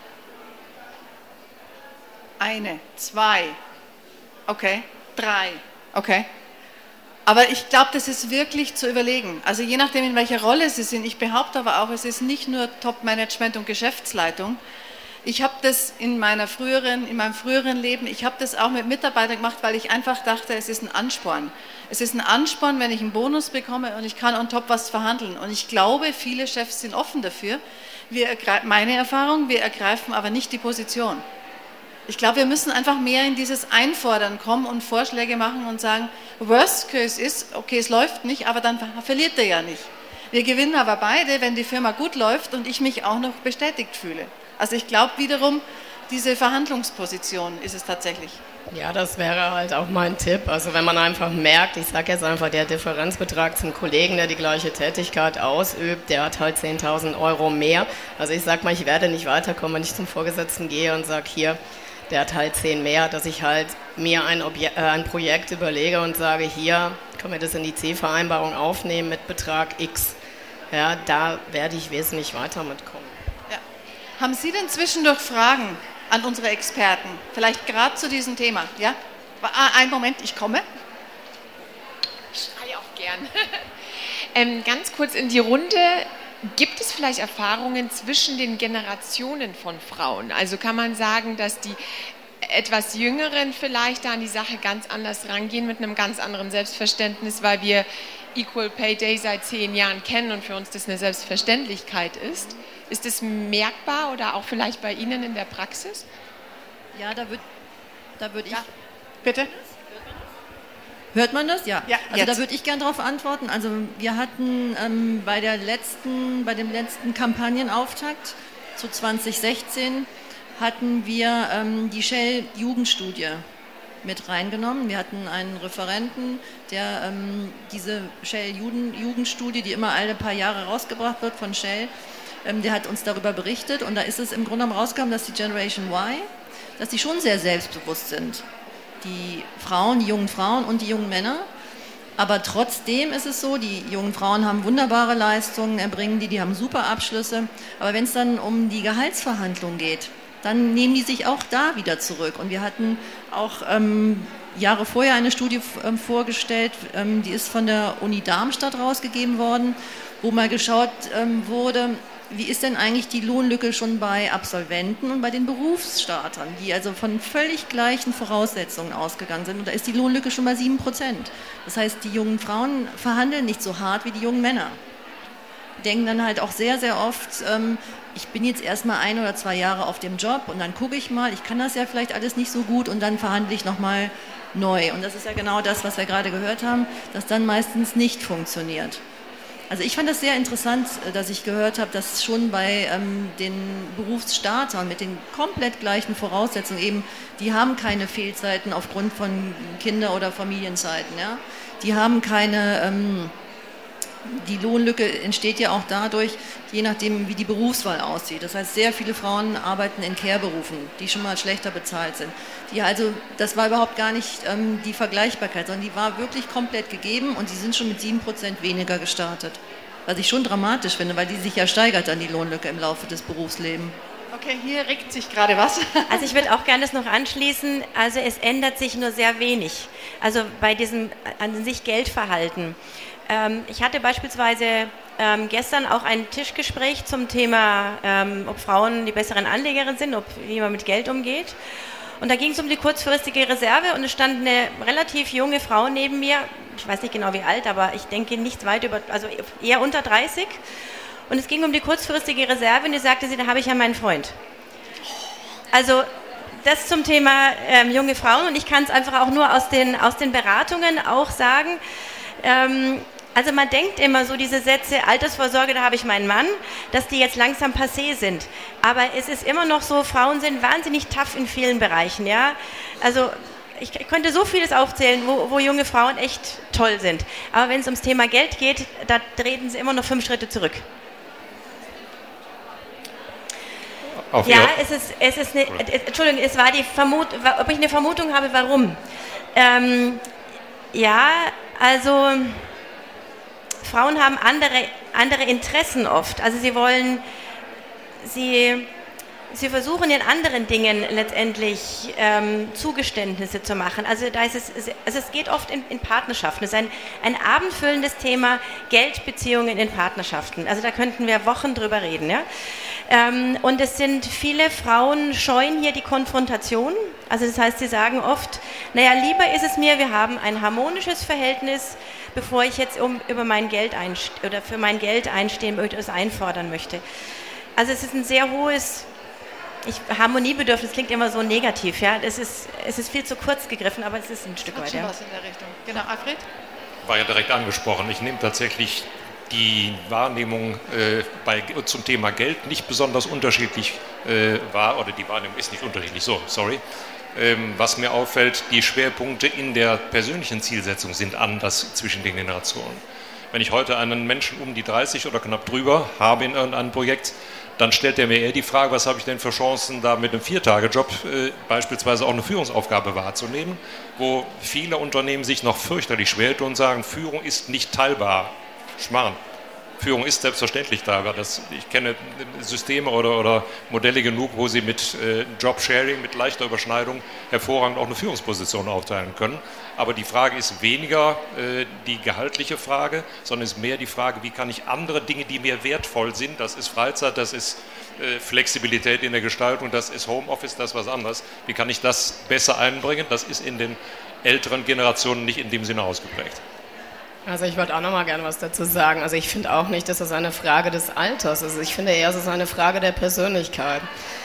Eine, zwei, okay, drei, okay. Aber ich glaube, das ist wirklich zu überlegen. Also je nachdem, in welcher Rolle Sie sind. Ich behaupte aber auch, es ist nicht nur Top-Management und Geschäftsleitung. Ich habe das in, meiner früheren, in meinem früheren Leben, ich habe das auch mit Mitarbeitern gemacht, weil ich einfach dachte, es ist ein Ansporn. Es ist ein Ansporn, wenn ich einen Bonus bekomme und ich kann on top was verhandeln. Und ich glaube, viele Chefs sind offen dafür. Wir meine Erfahrung, wir ergreifen aber nicht die Position. Ich glaube, wir müssen einfach mehr in dieses Einfordern kommen und Vorschläge machen und sagen, Worst Case ist, okay, es läuft nicht, aber dann verliert er ja nicht. Wir gewinnen aber beide, wenn die Firma gut läuft und ich mich auch noch bestätigt fühle. Also ich glaube wiederum, diese Verhandlungsposition ist es tatsächlich. Ja, das wäre halt auch mein Tipp. Also wenn man einfach merkt, ich sage jetzt einfach, der Differenzbetrag zum Kollegen, der die gleiche Tätigkeit ausübt, der hat halt zehntausend Euro mehr. Also ich sage mal, ich werde nicht weiterkommen, wenn ich zum Vorgesetzten gehe und sage, hier, der hat halt zehn mehr, dass ich halt mir ein, Objek- äh, ein Projekt überlege und sage, hier, können wir das in die C-Vereinbarung aufnehmen mit Betrag X. Ja, da werde ich wesentlich weiter mitkommen. Haben Sie denn zwischendurch Fragen an unsere Experten? Vielleicht gerade zu diesem Thema, ja? Einen Moment, ich komme. Ich schreie auch gern. ähm, ganz kurz in die Runde. Gibt es vielleicht Erfahrungen zwischen den Generationen von Frauen? Also kann man sagen, dass die etwas Jüngeren vielleicht da an die Sache ganz anders rangehen, mit einem ganz anderen Selbstverständnis, weil wir Equal Pay Day seit zehn Jahren kennen und für uns das eine Selbstverständlichkeit ist? Ist das merkbar oder auch vielleicht bei Ihnen in der Praxis? Ja, da würde da würd ich... Ja, bitte? Hört man das? Ja. Ja, also da würde ich gerne darauf antworten. Also wir hatten ähm, bei, der letzten, bei dem letzten Kampagnenauftakt zu zwanzig sechzehn hatten wir ähm, die Shell-Jugendstudie mit reingenommen. Wir hatten einen Referenten, der ähm, diese Shell-Jugendstudie, die immer alle paar Jahre rausgebracht wird von Shell, ähm, der hat uns darüber berichtet und da ist es im Grunde genommen rausgekommen, dass die Generation Y, dass die schon sehr selbstbewusst sind. Die Frauen, die jungen Frauen und die jungen Männer. Aber trotzdem ist es so, die jungen Frauen haben wunderbare Leistungen, erbringen die, die haben super Abschlüsse. Aber wenn es dann um die Gehaltsverhandlung geht, dann nehmen die sich auch da wieder zurück. Und wir hatten auch ähm, Jahre vorher eine Studie ähm, vorgestellt, ähm, die ist von der Uni Darmstadt rausgegeben worden, wo mal geschaut ähm, wurde, wie ist denn eigentlich die Lohnlücke schon bei Absolventen und bei den Berufsstartern, die also von völlig gleichen Voraussetzungen ausgegangen sind. Und da ist die Lohnlücke schon bei sieben Prozent. Das heißt, die jungen Frauen verhandeln nicht so hart wie die jungen Männer. Denken dann halt auch sehr, sehr oft, ähm, ich bin jetzt erstmal ein oder zwei Jahre auf dem Job und dann gucke ich mal, ich kann das ja vielleicht alles nicht so gut und dann verhandle ich nochmal neu. Und das ist ja genau das, was wir gerade gehört haben, das dann meistens nicht funktioniert. Also ich fand das sehr interessant, dass ich gehört habe, dass schon bei ähm, den Berufsstartern mit den komplett gleichen Voraussetzungen eben, die haben keine Fehlzeiten aufgrund von Kinder- oder Familienzeiten. Ja? Die haben keine, ähm, die Lohnlücke entsteht ja auch dadurch, je nachdem wie die Berufswahl aussieht. Das heißt, sehr viele Frauen arbeiten in Care-Berufen, die schon mal schlechter bezahlt sind. Die also, das war überhaupt gar nicht ähm, die Vergleichbarkeit, sondern die war wirklich komplett gegeben und sie sind schon mit sieben Prozent weniger gestartet. Was ich schon dramatisch finde, weil die sich ja steigert dann die Lohnlücke im Laufe des Berufslebens. Okay, hier regt sich gerade was. Also ich würde auch gerne das noch anschließen. Also es ändert sich nur sehr wenig. Also bei diesem an sich Geldverhalten. Ähm, ich hatte beispielsweise ähm, gestern auch ein Tischgespräch zum Thema, ähm, ob Frauen die besseren Anlegerinnen sind, ob, wie man mit Geld umgeht. Und da ging es um die kurzfristige Reserve und es stand eine relativ junge Frau neben mir, ich weiß nicht genau wie alt, aber ich denke nicht weit über, also eher unter dreißig. Und es ging um die kurzfristige Reserve und die sagte sie, da habe ich ja meinen Freund. Also das zum Thema ähm, junge Frauen und ich kann es einfach auch nur aus den, aus den Beratungen auch sagen, ähm, also man denkt immer so diese Sätze, Altersvorsorge, da habe ich meinen Mann, dass die jetzt langsam passé sind. Aber es ist immer noch so, Frauen sind wahnsinnig tough in vielen Bereichen. Ja? Also ich könnte so vieles aufzählen, wo, wo junge Frauen echt toll sind. Aber wenn es ums Thema Geld geht, da treten sie immer noch fünf Schritte zurück. Auf ja, es ist, es ist eine, Entschuldigung, es war die Vermutung, ob ich eine Vermutung habe, warum. Ähm, ja, also Frauen haben andere, andere Interessen oft. Also sie wollen, sie, sie versuchen in anderen Dingen letztendlich ähm, Zugeständnisse zu machen. Also, da ist es, also es geht oft in, in Partnerschaften. Es ist ein, ein abendfüllendes Thema, Geldbeziehungen in Partnerschaften. Also da könnten wir Wochen drüber reden. Ja? Ähm, und es sind viele Frauen scheuen hier die Konfrontation. Also das heißt, sie sagen oft, naja, lieber ist es mir, wir haben ein harmonisches Verhältnis, bevor ich jetzt um, über mein Geld einst- oder für mein Geld einstehen möchte, es einfordern möchte. Also es ist ein sehr hohes ich, Harmoniebedürfnis, klingt immer so negativ. Ja? Es ist, es ist viel zu kurz gegriffen, aber es ist ein Stück weit. Schon ja. was in der Richtung. Genau, Alfred? War ja direkt angesprochen. Ich nehme tatsächlich die Wahrnehmung äh, bei, zum Thema Geld nicht besonders unterschiedlich äh, wahr, oder die Wahrnehmung ist nicht unterschiedlich, so, sorry. Ähm, was mir auffällt, die Schwerpunkte in der persönlichen Zielsetzung sind anders zwischen den Generationen. Wenn ich heute einen Menschen um die dreißig oder knapp drüber habe in irgendeinem Projekt, dann stellt er mir eher die Frage, was habe ich denn für Chancen, da mit einem Viertagejob äh, beispielsweise auch eine Führungsaufgabe wahrzunehmen, wo viele Unternehmen sich noch fürchterlich schwer tun und sagen, Führung ist nicht teilbar. Schmarrn. Führung ist selbstverständlich da. Das, ich kenne Systeme oder, oder Modelle genug, wo sie mit äh, Jobsharing, mit leichter Überschneidung hervorragend auch eine Führungsposition aufteilen können. Aber die Frage ist weniger äh, die gehaltliche Frage, sondern ist mehr die Frage, wie kann ich andere Dinge, die mir wertvoll sind, das ist Freizeit, das ist äh, Flexibilität in der Gestaltung, das ist Homeoffice, das ist was anderes, wie kann ich das besser einbringen? Das ist in den älteren Generationen nicht in dem Sinne ausgeprägt. Also ich würde auch noch mal gerne was dazu sagen. Also ich finde auch nicht, dass das eine Frage des Alters ist. Ich finde eher, es ist eine Frage der Persönlichkeit.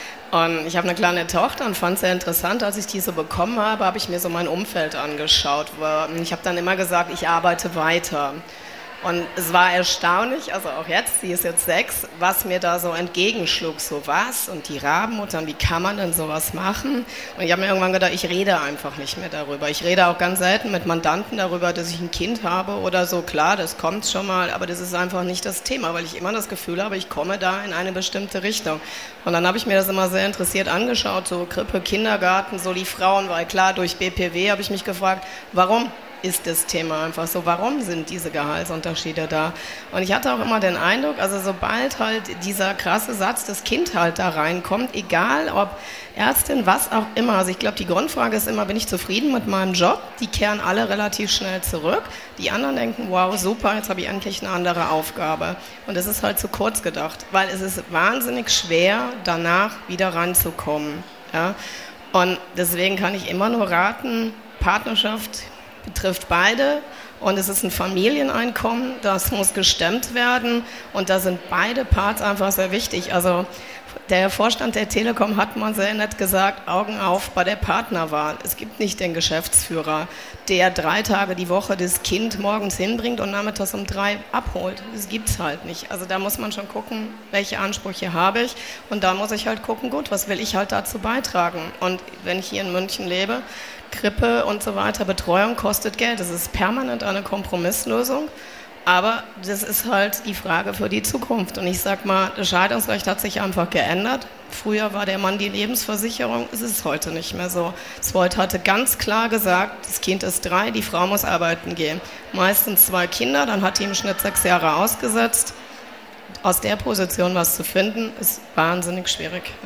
Und ich habe eine kleine Tochter und fand es sehr interessant, als ich diese bekommen habe, habe ich mir so mein Umfeld angeschaut. Ich habe dann immer gesagt, ich arbeite weiter. Und es war erstaunlich, also auch jetzt, sie ist jetzt sechs, was mir da so entgegenschlug, so was und die Rabenmutter, wie kann man denn sowas machen? Und ich habe mir irgendwann gedacht, ich rede einfach nicht mehr darüber. Ich rede auch ganz selten mit Mandanten darüber, dass ich ein Kind habe oder so. Klar, das kommt schon mal, aber das ist einfach nicht das Thema, weil ich immer das Gefühl habe, ich komme da in eine bestimmte Richtung. Und dann habe ich mir das immer sehr interessiert angeschaut, so Krippe, Kindergarten, so die Frauen, weil klar, durch B P W habe ich mich gefragt, warum? ist das Thema einfach so, warum sind diese Gehaltsunterschiede da? Und ich hatte auch immer den Eindruck, also sobald halt dieser krasse Satz, das Kind halt da reinkommt, egal ob Ärztin, was auch immer, also ich glaube, die Grundfrage ist immer, bin ich zufrieden mit meinem Job? Die kehren alle relativ schnell zurück. Die anderen denken, wow, super, jetzt habe ich endlich eine andere Aufgabe. Und das ist halt zu kurz gedacht, weil es ist wahnsinnig schwer, danach wieder ranzukommen. Ja? Und deswegen kann ich immer nur raten, Partnerschaft betrifft beide und es ist ein Familieneinkommen, das muss gestemmt werden und da sind beide Parts einfach sehr wichtig. Also der Vorstand der Telekom hat mal sehr nett gesagt, Augen auf bei der Partnerwahl. Es gibt nicht den Geschäftsführer, der drei Tage die Woche das Kind morgens hinbringt und nachmittags um drei abholt. Das gibt es halt nicht. Also da muss man schon gucken, welche Ansprüche habe ich und da muss ich halt gucken, gut, was will ich halt dazu beitragen. Und wenn ich hier in München lebe, Krippe und so weiter, Betreuung kostet Geld. Das ist permanent eine Kompromisslösung. Aber das ist halt die Frage für die Zukunft. Und ich sag mal, das Scheidungsrecht hat sich einfach geändert. Früher war der Mann die Lebensversicherung, es ist heute nicht mehr so. Es wurde heute ganz klar gesagt, das Kind ist drei, die Frau muss arbeiten gehen. Meistens zwei Kinder, dann hat die im Schnitt sechs Jahre ausgesetzt. Aus der Position was zu finden, ist wahnsinnig schwierig. Ja.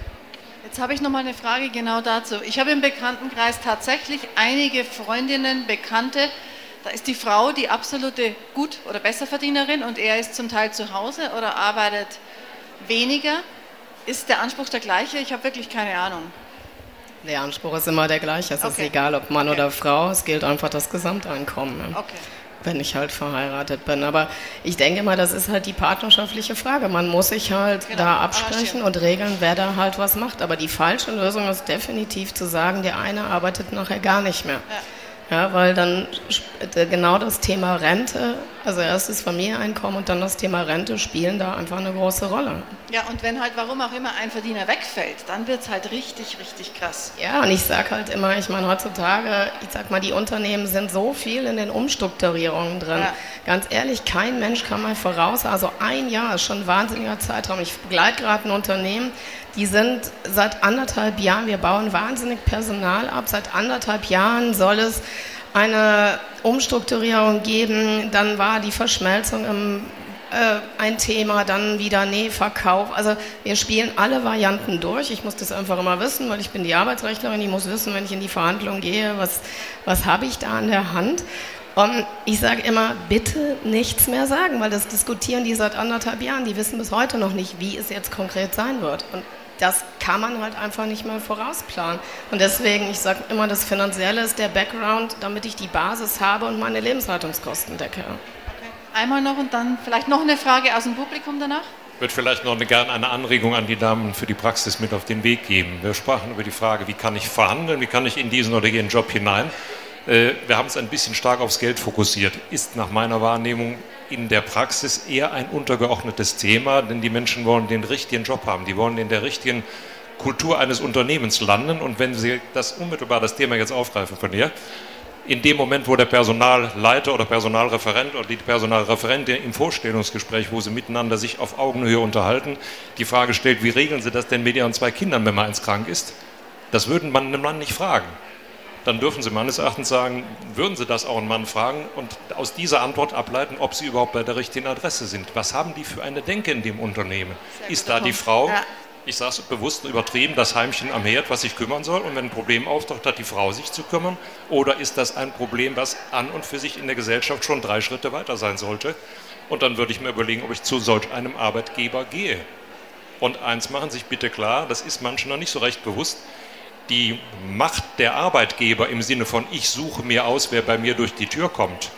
Jetzt habe ich noch mal eine Frage genau dazu. Ich habe im Bekanntenkreis tatsächlich einige Freundinnen, Bekannte. Da ist die Frau die absolute Gut- oder Besserverdienerin und er ist zum Teil zu Hause oder arbeitet weniger. Ist der Anspruch der gleiche? Ich habe wirklich keine Ahnung. Der Anspruch ist immer der gleiche. Es okay. ist egal, ob Mann okay. oder Frau. Es gilt einfach das Gesamteinkommen. Okay. Wenn ich halt verheiratet bin. Aber ich denke mal, das ist halt die partnerschaftliche Frage. Man muss sich halt genau. da absprechen und regeln, wer da halt was macht. Aber die falsche Lösung ist definitiv zu sagen, der eine arbeitet nachher gar nicht mehr. Ja. Ja, weil dann genau das Thema Rente, also erst das Familieneinkommen und dann das Thema Rente spielen da einfach eine große Rolle. Ja, und wenn halt warum auch immer ein Verdiener wegfällt, dann wird es halt richtig, richtig krass. Ja, und ich sage halt immer, ich meine heutzutage, ich sag mal, die Unternehmen sind so viel in den Umstrukturierungen drin. Ja. Ganz ehrlich, kein Mensch kann mal voraus, also ein Jahr ist schon ein wahnsinniger Zeitraum. Ich begleite gerade ein Unternehmen, die sind seit anderthalb Jahren, wir bauen wahnsinnig Personal ab, seit anderthalb Jahren soll es eine Umstrukturierung geben, dann war die Verschmelzung im, äh, ein Thema, dann wieder nee, Verkauf. Also wir spielen alle Varianten durch. Ich muss das einfach immer wissen, weil ich bin die Arbeitsrechtlerin, ich muss wissen, wenn ich in die Verhandlung gehe, was, was habe ich da an der Hand. Und ich sage immer, bitte nichts mehr sagen, weil das diskutieren die seit anderthalb Jahren. Die wissen bis heute noch nicht, wie es jetzt konkret sein wird. Und das kann man halt einfach nicht mehr vorausplanen. Und deswegen, ich sage immer, das Finanzielle ist der Background, damit ich die Basis habe und meine Lebenshaltungskosten decke. Okay. Einmal noch und dann vielleicht noch eine Frage aus dem Publikum danach. Ich würde vielleicht noch eine, gerne eine Anregung an die Damen für die Praxis mit auf den Weg geben. Wir sprachen über die Frage, wie kann ich verhandeln, wie kann ich in diesen oder jenen Job hinein. Wir haben es ein bisschen stark aufs Geld fokussiert. Ist nach meiner Wahrnehmung in der Praxis eher ein untergeordnetes Thema, denn die Menschen wollen den richtigen Job haben. Die wollen in der richtigen Kultur eines Unternehmens landen. Und wenn Sie das unmittelbar das Thema jetzt aufgreifen von dir, in dem Moment, wo der Personalleiter oder Personalreferent oder die Personalreferentin im Vorstellungsgespräch, wo sie miteinander sich auf Augenhöhe unterhalten, die Frage stellt, wie regeln Sie das denn mit Ihren zwei Kindern, wenn man eins krank ist? Das würden man einem Mann nicht fragen. Dann dürfen Sie meines Erachtens sagen, würden Sie das auch einen Mann fragen und aus dieser Antwort ableiten, ob Sie überhaupt bei der richtigen Adresse sind. Was haben die für eine Denke in dem Unternehmen? Ist da die Frau, ja. ich sage es bewusst übertrieben, das Heimchen am Herd, was sich kümmern soll und wenn ein Problem auftaucht, hat die Frau sich zu kümmern? Oder ist das ein Problem, was an und für sich in der Gesellschaft schon drei Schritte weiter sein sollte? Und dann würde ich mir überlegen, ob ich zu solch einem Arbeitgeber gehe. Und eins machen Sie sich bitte klar, das ist manchen noch nicht so recht bewusst, die Macht der Arbeitgeber im Sinne von ich suche mir aus, wer bei mir durch die Tür kommt,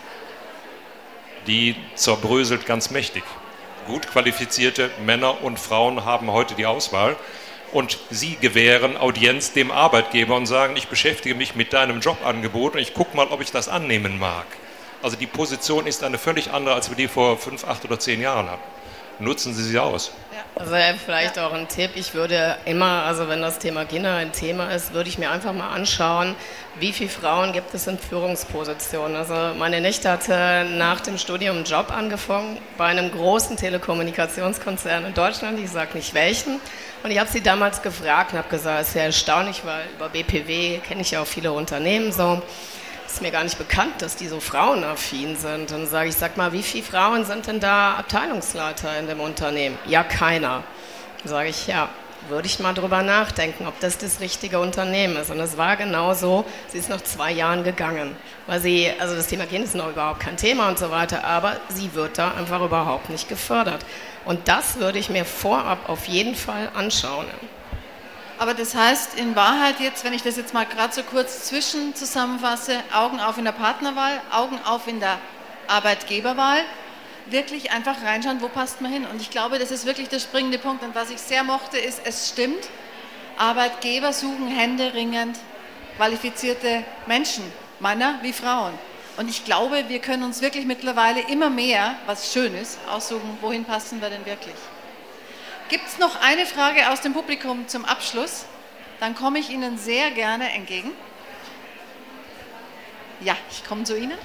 die zerbröselt ganz mächtig. Gut qualifizierte Männer und Frauen haben heute die Auswahl und sie gewähren Audienz dem Arbeitgeber und sagen, ich beschäftige mich mit deinem Jobangebot und ich gucke mal, ob ich das annehmen mag. Also die Position ist eine völlig andere, als wir die vor fünf, acht oder zehn Jahren hatten. Nutzen Sie sie aus. Also vielleicht auch ein Tipp, ich würde immer, also wenn das Thema Kinder ein Thema ist, würde ich mir einfach mal anschauen, wie viele Frauen gibt es in Führungspositionen. Also meine Nichte hatte nach dem Studium einen Job angefangen bei einem großen Telekommunikationskonzern in Deutschland, ich sage nicht welchen. Und ich habe sie damals gefragt und habe gesagt, es ist sehr erstaunlich, weil über B P W kenne ich ja auch viele Unternehmen so. Ich ist mir gar nicht bekannt, dass die so frauenaffin sind. Dann sage ich, sag mal, wie viele Frauen sind denn da Abteilungsleiter in dem Unternehmen? Ja, keiner. Dann sage ich, ja, würde ich mal drüber nachdenken, ob das das richtige Unternehmen ist. Und es war genau so, sie ist nach zwei Jahren gegangen. Weil sie, also das Thema Kind ist noch überhaupt kein Thema und so weiter, aber sie wird da einfach überhaupt nicht gefördert. Und das würde ich mir vorab auf jeden Fall anschauen. Aber das heißt in Wahrheit jetzt, wenn ich das jetzt mal gerade so kurz zwischen zusammenfasse, Augen auf in der Partnerwahl, Augen auf in der Arbeitgeberwahl, wirklich einfach reinschauen, wo passt man hin. Und ich glaube, das ist wirklich der springende Punkt. Und was ich sehr mochte, ist, es stimmt, Arbeitgeber suchen händeringend qualifizierte Menschen, Männer wie Frauen. Und ich glaube, wir können uns wirklich mittlerweile immer mehr, was schön ist, aussuchen, wohin passen wir denn wirklich. Gibt es noch eine Frage aus dem Publikum zum Abschluss? Dann komme ich Ihnen sehr gerne entgegen. Ja, ich komme zu Ihnen.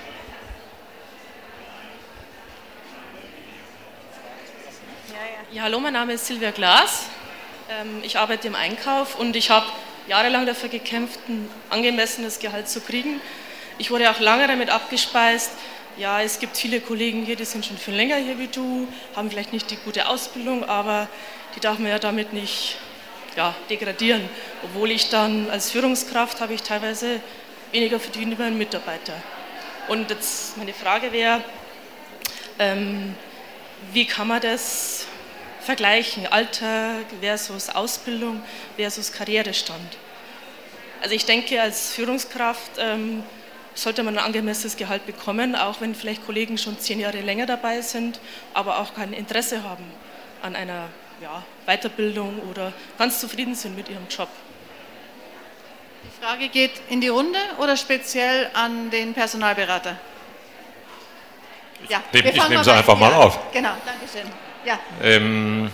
Ja, hallo, mein Name ist Silvia Glas. Ich arbeite im Einkauf und ich habe jahrelang dafür gekämpft, ein angemessenes Gehalt zu kriegen. Ich wurde auch lange damit abgespeist, ja, es gibt viele Kollegen hier, die sind schon viel länger hier wie du, haben vielleicht nicht die gute Ausbildung, aber die darf man ja damit nicht ja, degradieren. Obwohl ich dann als Führungskraft habe ich teilweise weniger verdient wie mein Mitarbeiter. Und jetzt meine Frage wäre, ähm, wie kann man das vergleichen, Alter versus Ausbildung versus Karrierestand? Also ich denke, als Führungskraft ähm, sollte man ein angemessenes Gehalt bekommen, auch wenn vielleicht Kollegen schon zehn Jahre länger dabei sind, aber auch kein Interesse haben an einer ja, Weiterbildung oder ganz zufrieden sind mit ihrem Job. Die Frage geht in die Runde oder speziell an den Personalberater? Ja, ich ich nehme sie einfach mal auf. Genau, danke schön. Ja. Ähm,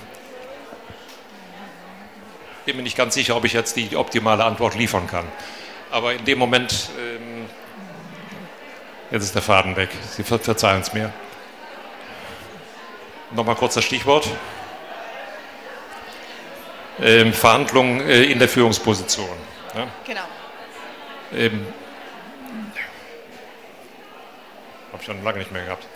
bin mir nicht ganz sicher, ob ich jetzt die optimale Antwort liefern kann. Aber in dem Moment, ähm, jetzt ist der Faden weg. Sie ver verzeihen es mir. Nochmal kurz das Stichwort. Ähm, Verhandlungen äh, in der Führungsposition. Ja? Genau. Ähm, habe ich schon lange nicht mehr gehabt.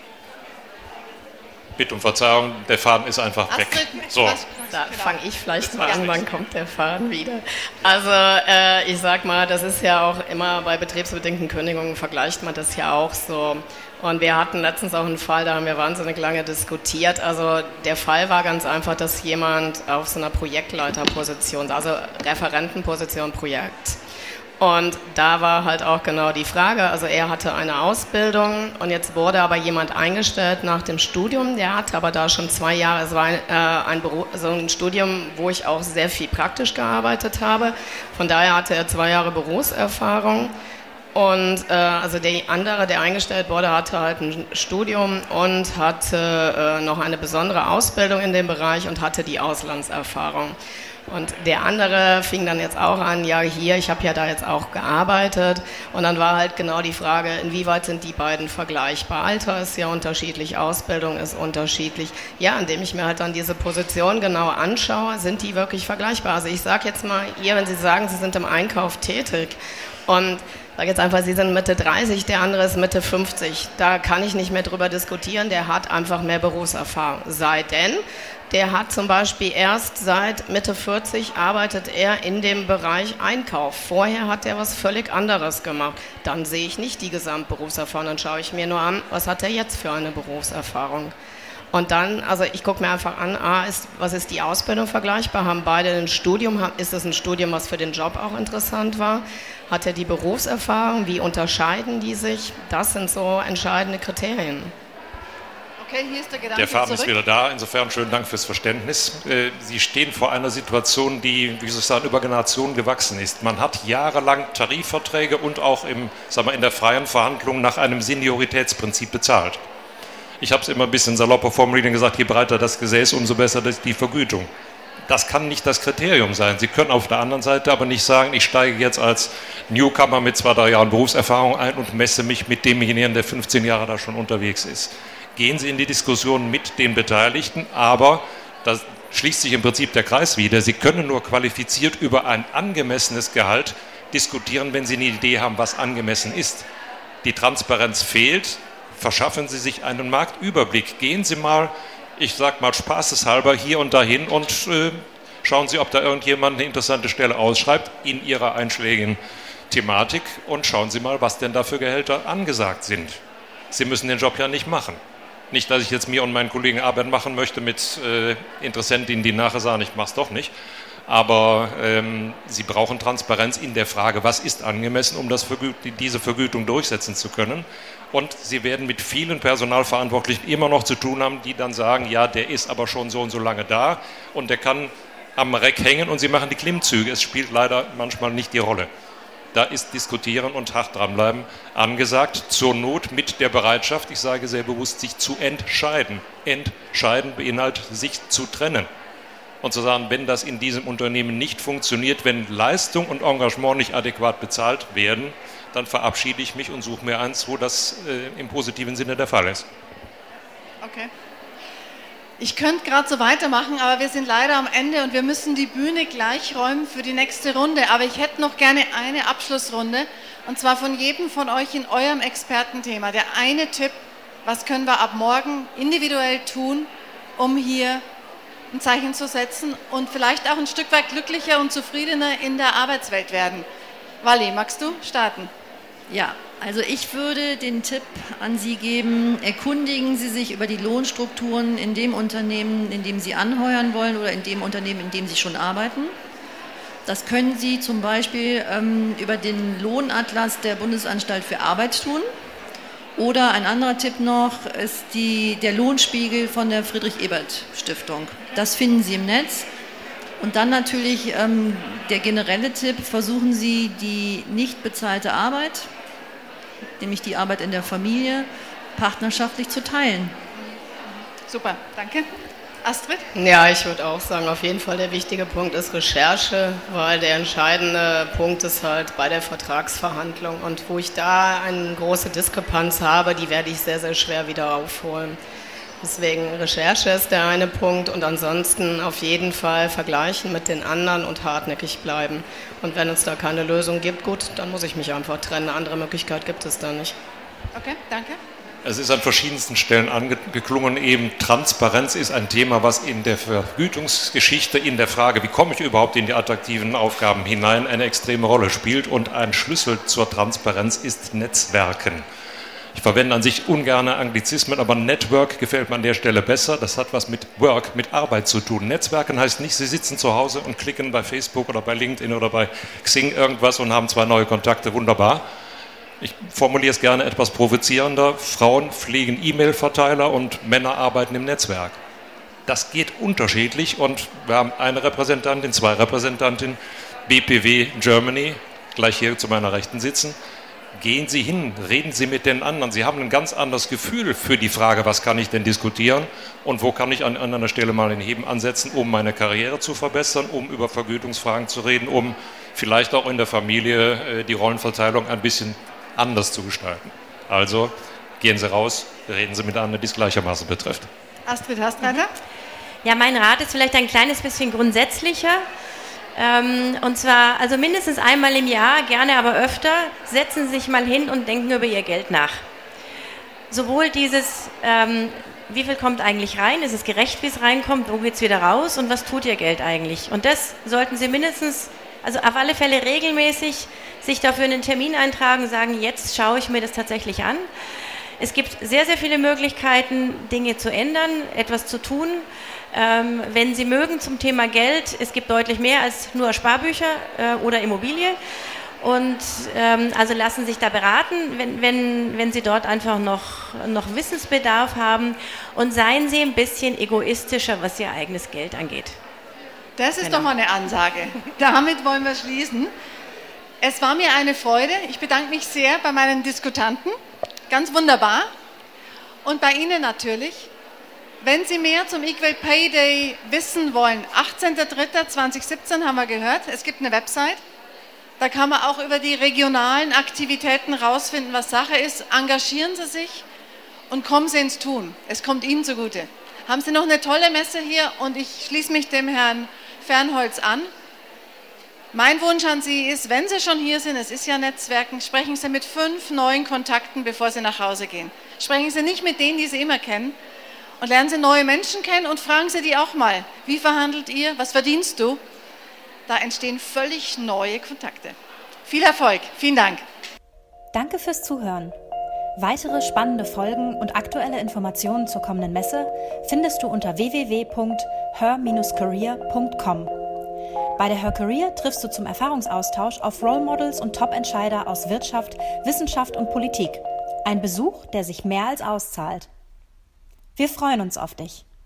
Bitte um Verzeihung, der Faden ist einfach weg. So. Da fange ich vielleicht mal an, dann kommt der Faden wieder. Also äh, ich sag mal, das ist ja auch immer bei betriebsbedingten Kündigungen, vergleicht man das ja auch so. Und wir hatten letztens auch einen Fall, da haben wir wahnsinnig lange diskutiert. Also der Fall war ganz einfach, dass jemand auf so einer Projektleiterposition, also Referentenposition Projekt, und da war halt auch genau die Frage, also er hatte eine Ausbildung und jetzt wurde aber jemand eingestellt nach dem Studium, der hatte aber da schon zwei Jahre, es war ein, äh, ein, Beruf, also ein Studium, wo ich auch sehr viel praktisch gearbeitet habe, von daher hatte er zwei Jahre Berufserfahrung und äh, also der andere, der eingestellt wurde, hatte halt ein Studium und hatte äh, noch eine besondere Ausbildung in dem Bereich und hatte die Auslandserfahrung. Und der andere fing dann jetzt auch an, ja hier, ich habe ja da jetzt auch gearbeitet und dann war halt genau die Frage, inwieweit sind die beiden vergleichbar? Alter ist ja unterschiedlich, Ausbildung ist unterschiedlich. Ja, indem ich mir halt dann diese Position genau anschaue, sind die wirklich vergleichbar? Also ich sage jetzt mal, ihr, wenn Sie sagen, Sie sind im Einkauf tätig und sage jetzt einfach, Sie sind Mitte dreißig, der andere ist Mitte fünfzig, da kann ich nicht mehr drüber diskutieren, der hat einfach mehr Berufserfahrung. Sei denn, der hat zum Beispiel erst seit Mitte vierzig arbeitet er in dem Bereich Einkauf. Vorher hat er was völlig anderes gemacht. Dann sehe ich nicht die Gesamtberufserfahrung, dann schaue ich mir nur an, was hat er jetzt für eine Berufserfahrung. Und dann, also ich gucke mir einfach an, A, ist, was ist die Ausbildung vergleichbar? Haben beide ein Studium? Ist es ein Studium, was für den Job auch interessant war? Hat er die Berufserfahrung? Wie unterscheiden die sich? Das sind so entscheidende Kriterien. Okay, hier ist der Gedanke Der Faden zurück. ist wieder da. Insofern schönen Dank fürs Verständnis. Sie stehen vor einer Situation, die, wie soll ich sagen, über Generationen gewachsen ist. Man hat jahrelang Tarifverträge und auch im, sagen wir, in der freien Verhandlung nach einem Senioritätsprinzip bezahlt. Ich habe es immer ein bisschen salopper formuliert und gesagt, je breiter das Gesäß, umso besser die Vergütung. Das kann nicht das Kriterium sein. Sie können auf der anderen Seite aber nicht sagen, ich steige jetzt als Newcomer mit zwei, drei Jahren Berufserfahrung ein und messe mich mit demjenigen, der fünfzehn Jahre da schon unterwegs ist. Gehen Sie in die Diskussion mit den Beteiligten, aber da schließt sich im Prinzip der Kreis wieder. Sie können nur qualifiziert über ein angemessenes Gehalt diskutieren, wenn Sie eine Idee haben, was angemessen ist. Die Transparenz fehlt. Verschaffen Sie sich einen Marktüberblick. Gehen Sie mal, ich sag mal spaßeshalber, hier und dahin und äh, schauen Sie, ob da irgendjemand eine interessante Stelle ausschreibt in Ihrer einschlägigen Thematik und schauen Sie mal, was denn da für Gehälter angesagt sind. Sie müssen den Job ja nicht machen. Nicht, dass ich jetzt mir und meinen Kollegen Arbeit machen möchte mit äh, Interessentinnen, die nachher sagen, ich mache es doch nicht. Aber ähm, Sie brauchen Transparenz in der Frage, was ist angemessen, um das Vergü- diese Vergütung durchsetzen zu können. Und Sie werden mit vielen Personalverantwortlichen immer noch zu tun haben, die dann sagen, ja, der ist aber schon so und so lange da und der kann am Reck hängen und Sie machen die Klimmzüge. Es spielt leider manchmal nicht die Rolle. Da ist Diskutieren und hart dranbleiben angesagt, zur Not mit der Bereitschaft, ich sage sehr bewusst, sich zu entscheiden. Entscheiden beinhaltet, sich zu trennen. Und zu sagen, wenn das in diesem Unternehmen nicht funktioniert, wenn Leistung und Engagement nicht adäquat bezahlt werden, dann verabschiede ich mich und suche mir eins, wo das äh, im positiven Sinne der Fall ist. Okay. Ich könnte gerade so weitermachen, aber wir sind leider am Ende und wir müssen die Bühne gleich räumen für die nächste Runde. Aber ich hätte noch gerne eine Abschlussrunde, und zwar von jedem von euch in eurem Expertenthema. Der eine Tipp, was können wir ab morgen individuell tun, um hier ein Zeichen zu setzen und vielleicht auch ein Stück weit glücklicher und zufriedener in der Arbeitswelt werden. Wally, magst du starten? Ja, also ich würde den Tipp an Sie geben, erkundigen Sie sich über die Lohnstrukturen in dem Unternehmen, in dem Sie anheuern wollen oder in dem Unternehmen, in dem Sie schon arbeiten. Das können Sie zum Beispiel ähm, über den Lohnatlas der Bundesanstalt für Arbeit tun. Oder ein anderer Tipp noch ist die, der Lohnspiegel von der Friedrich-Ebert-Stiftung. Das finden Sie im Netz. Und dann natürlich ähm, der generelle Tipp, versuchen Sie die nicht bezahlte Arbeit, nämlich die Arbeit in der Familie, partnerschaftlich zu teilen. Super, danke. Astrid? Ja, ich würde auch sagen, auf jeden Fall der wichtige Punkt ist Recherche, weil der entscheidende Punkt ist halt bei der Vertragsverhandlung. Und wo ich da eine große Diskrepanz habe, die werde ich sehr, sehr schwer wieder aufholen. Deswegen Recherche ist der eine Punkt und ansonsten auf jeden Fall vergleichen mit den anderen und hartnäckig bleiben. Und wenn es da keine Lösung gibt, gut, dann muss ich mich einfach trennen. Eine andere Möglichkeit gibt es da nicht. Okay, danke. Es ist an verschiedensten Stellen angeklungen, eben Transparenz ist ein Thema, was in der Vergütungsgeschichte, in der Frage, wie komme ich überhaupt in die attraktiven Aufgaben hinein, eine extreme Rolle spielt. Und ein Schlüssel zur Transparenz ist Netzwerken. Ich verwende an sich ungerne Anglizismen, aber Network gefällt mir an der Stelle besser. Das hat was mit Work, mit Arbeit zu tun. Netzwerken heißt nicht, Sie sitzen zu Hause und klicken bei Facebook oder bei LinkedIn oder bei Xing irgendwas und haben zwei neue Kontakte. Wunderbar. Ich formuliere es gerne etwas provozierender. Frauen pflegen E-Mail-Verteiler und Männer arbeiten im Netzwerk. Das geht unterschiedlich und wir haben eine Repräsentantin, zwei Repräsentantinnen, B P W Germany, gleich hier zu meiner Rechten sitzen. Gehen Sie hin, reden Sie mit den anderen. Sie haben ein ganz anderes Gefühl für die Frage, was kann ich denn diskutieren und wo kann ich an, an einer Stelle mal den Heben ansetzen, um meine Karriere zu verbessern, um über Vergütungsfragen zu reden, um vielleicht auch in der Familie äh, die Rollenverteilung ein bisschen anders zu gestalten. Also gehen Sie raus, reden Sie mit anderen, die es gleichermaßen betrifft. Astrid Hastreiter? Ja, mein Rat ist vielleicht ein kleines bisschen grundsätzlicher. Ähm, und zwar, also mindestens einmal im Jahr, gerne aber öfter, setzen Sie sich mal hin und denken über Ihr Geld nach. Sowohl dieses, ähm, wie viel kommt eigentlich rein, ist es gerecht, wie es reinkommt, wo geht es wieder raus und was tut Ihr Geld eigentlich? Und das sollten Sie mindestens, also auf alle Fälle regelmäßig sich dafür einen Termin eintragen und sagen, jetzt schaue ich mir das tatsächlich an. Es gibt sehr, sehr viele Möglichkeiten, Dinge zu ändern, etwas zu tun. Ähm, wenn Sie mögen zum Thema Geld, es gibt deutlich mehr als nur Sparbücher äh, oder Immobilie. Und ähm, also lassen sich da beraten, wenn, wenn, wenn Sie dort einfach noch, noch Wissensbedarf haben. Und seien Sie ein bisschen egoistischer, was Ihr eigenes Geld angeht. Das ist Genau. doch mal eine Ansage. Damit wollen wir schließen. Es war mir eine Freude. Ich bedanke mich sehr bei meinen Diskutanten. Ganz wunderbar. Und bei Ihnen natürlich. Wenn Sie mehr zum Equal Pay Day wissen wollen, achtzehnter dritter zweitausendsiebzehn haben wir gehört, es gibt eine Website. Da kann man auch über die regionalen Aktivitäten rausfinden, was Sache ist. Engagieren Sie sich und kommen Sie ins Tun. Es kommt Ihnen zugute. Haben Sie noch eine tolle Messe hier und ich schließe mich dem Herrn Fernholz an. Mein Wunsch an Sie ist, wenn Sie schon hier sind, es ist ja Netzwerken, sprechen Sie mit fünf neuen Kontakten, bevor Sie nach Hause gehen. Sprechen Sie nicht mit denen, die Sie immer kennen, und lernen Sie neue Menschen kennen und fragen Sie die auch mal, wie verhandelt ihr, was verdienst du? Da entstehen völlig neue Kontakte. Viel Erfolg, vielen Dank. Danke fürs Zuhören. Weitere spannende Folgen und aktuelle Informationen zur kommenden Messe findest du unter w w w punkt her Bindestrich career punkt com. Bei der Her Career triffst du zum Erfahrungsaustausch auf Role Models und Top-Entscheider aus Wirtschaft, Wissenschaft und Politik. Ein Besuch, der sich mehr als auszahlt. Wir freuen uns auf dich.